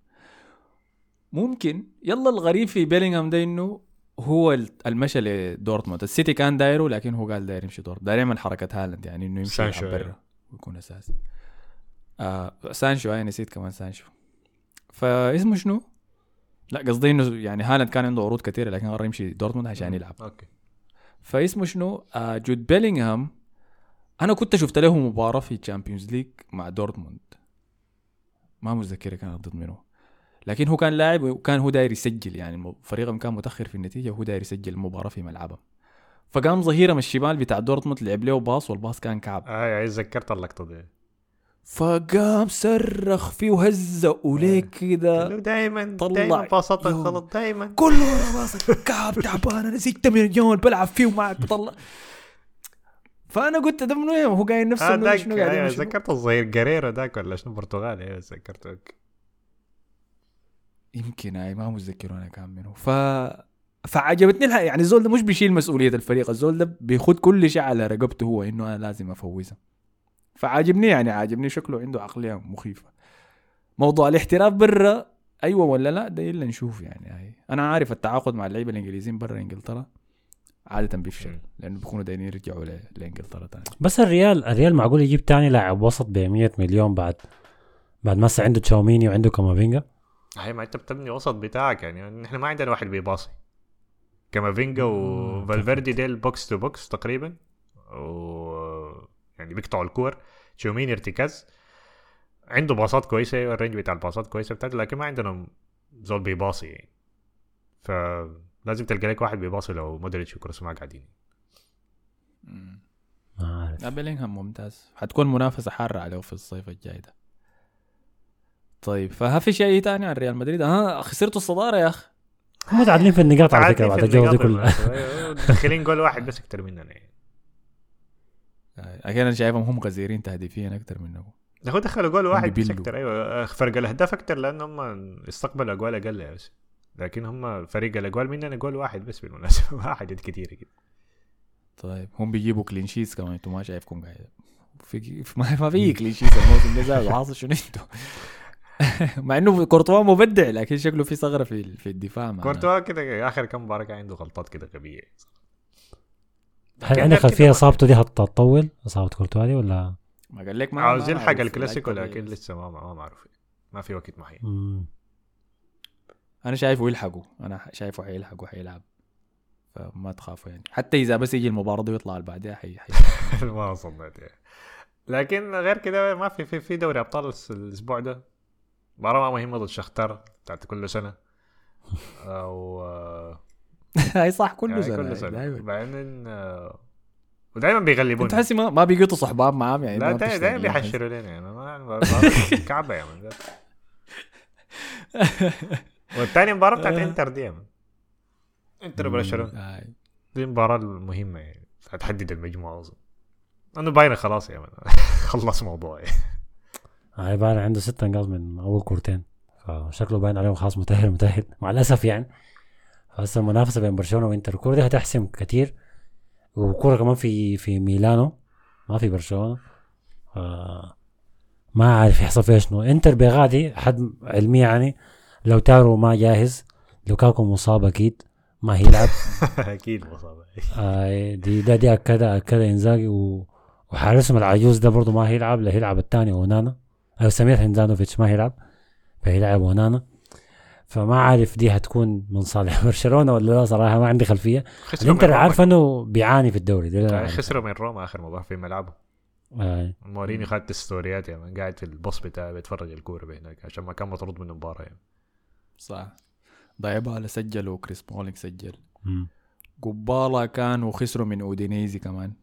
ممكن. يلا الغريب في بيلينغهام ده انه هو المشى لدورتموند. السيتي كان دايره لكن هو قال داير يمشي دورتموند، داير يعمل حركه هالاند يعني انه يمشي يلعب برا ويكون اساسي. آه سانشو اي نسيت كمان سانشو. فاسمه شنو؟ لا قصدي انه يعني هالاند كان عنده عروض كثيره لكن قرر يمشي دورتموند عشان يلعب. اوكي. فاسمه شنو؟ آه جود بيلينغهام انا كنت شفت له مباراه في تشامبيونز ليج مع دورتموند، ما متذكر كانت ضد منه، لكن هو كان لاعب وكان هو داير يسجل يعني فريقهم كان متاخر في النتيجه وهو داير يسجل المباراه في ملعبه. فقام ظهيره من الشمال بتاع دورتموند لعب له باص والباص كان كعب. اه ذكرت اللقطه دي. فقام صرخ فيه وهزه وليك كده دائما طلع دائما باصات يوم. غلط دائما كله ورا باص كعب تعبان. انا ستة مليون بلعب فيه ومعك بطلع. فانا قلت ده منو هو قايل نفسه اه منو داك شنو قاعدين ايوه شنو؟ ذكرت الظهير جريرو داك ولا شنو برتغالي. ايوه ذكرته. يمكن اي ما متذكر انا كان منه. ف فعجبتني لها يعني الزول ده مش بيشيل مسؤوليه الفريق، الزول ده بيخد كل شيء على رقبته هو انه انا لازم افوزها. فعاجبني يعني عاجبني شكله عنده عقليه مخيفه. موضوع الاحتراف برا ايوه ولا لا ده الا نشوف يعني. هاي انا عارف التعاقد مع اللعيبه الانجليزيين برا انجلترا عاده بيفشل لانه بيكونوا دايرين يرجعوا ل- لانجلترا تاني. بس الريال الريال معقول يجيب تاني لاعب وسط ب مية مليون بعد بعد ما عنده تشاوميني وعنده كامافينجا. هاي ما انت بتبني وسط بتاعك يعني. نحن ما عندنا واحد بيباصي. كامافينجا وفالفيردي ديل بوكس تو بوكس تقريبا و يعني بيقطعوا الكور. تشاوميني ارتكاز عنده باصات كويسه، الرينج بتاع الباصات كويسه بتاعته، لكن ما عندنا زول بيباصي يعني. فلازم تلقى لك واحد بيباصي لو مودريتش وكروس ما قاعدين. ما عارف. لا بيلينغهام ممتاز، حتكون منافسه حاره عليه في الصيف الجاي ده. طيب فها في شيء تاني عن ريال مدريد؟ اه خسرتوا الصداره يا اخي. هم متعادلين في النقاط على فكره عادي بعد في الجوله دي النقاط كلها. داخلين جول واحد بس اكتر مننا يعني. احيانا شايفهم هم غزيرين تهديفيا اكتر منكم. هو دخلوا جول واحد بس بيبلوا. اكتر. ايوه فرق الاهداف اكتر لانهم استقبلوا اجوال اقل بس. لكن هم فريق الاجوال مننا جول واحد بس بالمناسبه. ما حاجات كتيره كده. طيب هم بيجيبوا كلين شيتس كمان، انتوا ما شايفكم قاعد في ما ما في كلين شيتس الموسم ده زاد حاصل شنو انتوا؟ مع انه كورتوا مبدع لكن شكله في ثغره في في الدفاع معنا. كورتوا كده اخر كم مباراه كان عنده غلطات كده غبيه. هل عندك خلفيه اصابته دي هتطول اصابه كورتوا دي ولا؟ ما قال لك ما عاوز ما يلحق معروف. الكلاسيكو لاعب لكن طبيعي. لسه ما ما معروف. ما في وقت معين. مم. انا شايفه يلحقوا، انا شايفه حيلحقوا حيلعب، فما تخافوا يعني. حتى اذا بس يجي المباراه دي ويطلع اللي بعدها حي حي ما صدقت يعني. لكن غير كده ما في في في دوري ابطال الاسبوع ده مباراة ما مهمة ضد شختار بتاعت كل سنة او هاي صح كل يعني سنه كل سنة دايما. بعدين آه، ودايما بيغلبون. انت حسي ما, ما بيقطوا صحبان معاهم يعني؟ لا ما دايما بتشتاق دايما لهم بيحشروا لنا يعني ما ما- كعبة يا من. والثاني مباراة بتاعت انتر دي يا من. انتر برشلونة هاي. دي المباراة المهمة يعني هتحدد المجموعة أظن. أنه باينة خلاص يا من. خلص موضوع يعني. هاي باين عنده ستة نقاط من اول كورتين فشكله باين عليهم خلاص متأهل متأهل مع الاسف يعني. هسه المنافسه بين برشلونه وانتر الكوره دي هتحسم كتير وكوره كمان في في ميلانو ما في برشلونه. آه ما عارف يحصل فيها شنو. انتر بغادي حد علمي يعني لو تارو ما جاهز لو كاكو مصاب اكيد ما هيلعب. أكيد مصابة. آه دي ده دي اكده اكده انزاجي و وحارسهم العجوز ده برضو ما هيلعب. لا هيلعب الثاني ونانا او سمير هنزانوفيتش ما هيلعب فهيلعب ونانا. فما عارف دي هتكون من صالح برشلونة ولا لا صراحة ما عندي خلفية. الانتر عارف انه بيعاني في الدوري ده خسروا من روما اخر مباراة في ملعبه. آه. مورينيو خدت ستوريات يعني قاعد في البص بتاعه بيتفرج الكورة هناك عشان ما كان مطرود من المباراة يعني. صح. ضايبالا سجل وكريس بولينج سجل. مم. قبالة كانوا خسروا من اودينيزي كمان.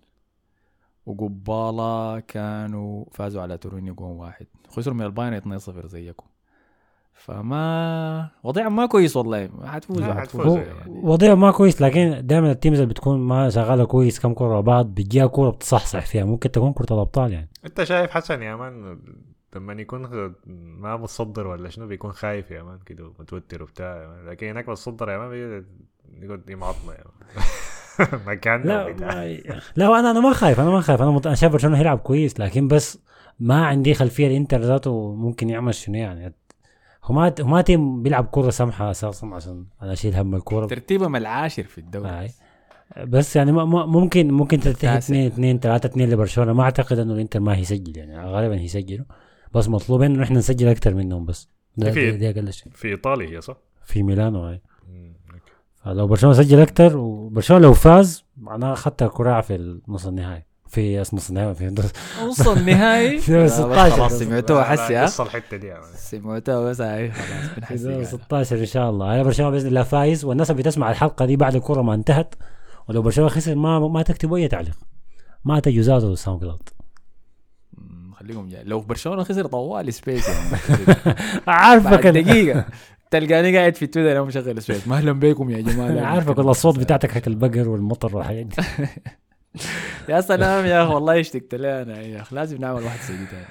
وقبالة كانوا فازوا على تورينيو جون واحد. خسروا من البايرن اثنين صفر زيكم. فما وضع ما كويس والله. حتفوزوا حتفوزوا يعني. وضع ما كويس لكن دائما التيمز اللي بتكون ما شغاله كويس كم كره بعض بتجيها كوره بتصحصح فيها ممكن تكون كره الابطال يعني. انت شايف حسن يا مان لما يكون ما متصدر ولا شنو بيكون خايف يا مان كده متوتر وبتاع لكن هناك بتصدر يا مان يقول دي معطمه يا مان. مكان لا ما... لا انا انا ما خايف انا ما خايف انا, مت... أنا شايف برشلونه هيلعب كويس لكن بس ما عندي خلفيه الانتر ذاته ممكن يعمل شنو يعني. هما هما تيم بيلعب كرة سمحة أساسا عشان أنا أشيل هم الكرة. ترتيبهم العاشر في الدوري. آه. بس يعني ممكن ممكن تنتهي اثنين اثنين ثلاثة اثنين لبرشلونة. ما أعتقد إنه الإنتر ما هيسجل يعني غالبا هيسجلوا بس مطلوب إنه إحنا نسجل أكتر منهم بس. ده في دي أقل شيء. في إيطاليا هي صح؟ في ميلانو هاي. فلو برشلونة سجل أكتر وبرشلونة لو فاز معناه أخذت الكرة في نص النهائي في نص النهائي في نص النهائي خلاص سمعتوها حسي ها قصة الحتة دي سمعتوها بس هاي خلاص بنحسي ستة عشر إن شاء الله. أنا برشلونة بإذن الله فايز والناس اللي بتسمع الحلقة دي بعد الكرة ما انتهت ولو برشلونة خسر ما ما تكتبوا أي تعليق ما تجوزاتوا ساوند كلاود. خليكم جاي لو برشلونة خسر طوال سبيس يعني عارفك دقيقة تلقاني قاعد في تويتر انا مشغل سبيس ما اهلا بكم يا جماعة. عارفك والله الصوت بتاعتك حق البقر والمطر والحاجات دي. يا سلام يا اخي والله اشتقت لي انا يا اخي لازم نعمل واحد زي تاني.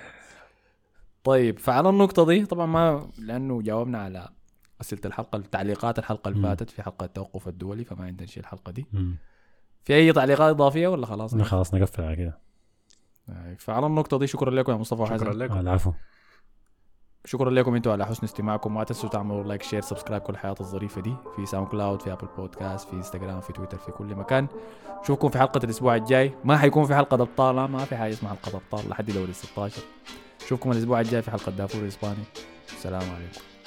طيب فعلى النقطة دي طبعا ما لانه جاوبنا على اسئلة الحلقة التعليقات الحلقة اللي فاتت في حلقة التوقف الدولي فما عندنا شيء الحلقة دي. في اي تعليقات اضافية ولا خلاص؟ خلاص نقفل على كده. فعلى النقطة دي شكرا لكم يا مصطفى وحسن. شكرا لكم. العفو. شكرا لكم انتوا على حسن استماعكم. ما تنسوا تعملوا لايك شير سبسكرايب كل الحياة الظريفة دي في ساوند كلاود في ابل بودكاست في انستغرام في تويتر في كل مكان. نشوفكم في حلقة الاسبوع الجاي. ما حيكون في حلقة ابطال ما في حاجة اسمها حلقة ابطال لحد دوري ستة عشر. نشوفكم الاسبوع الجاي في حلقة دافور الاسباني. السلام عليكم.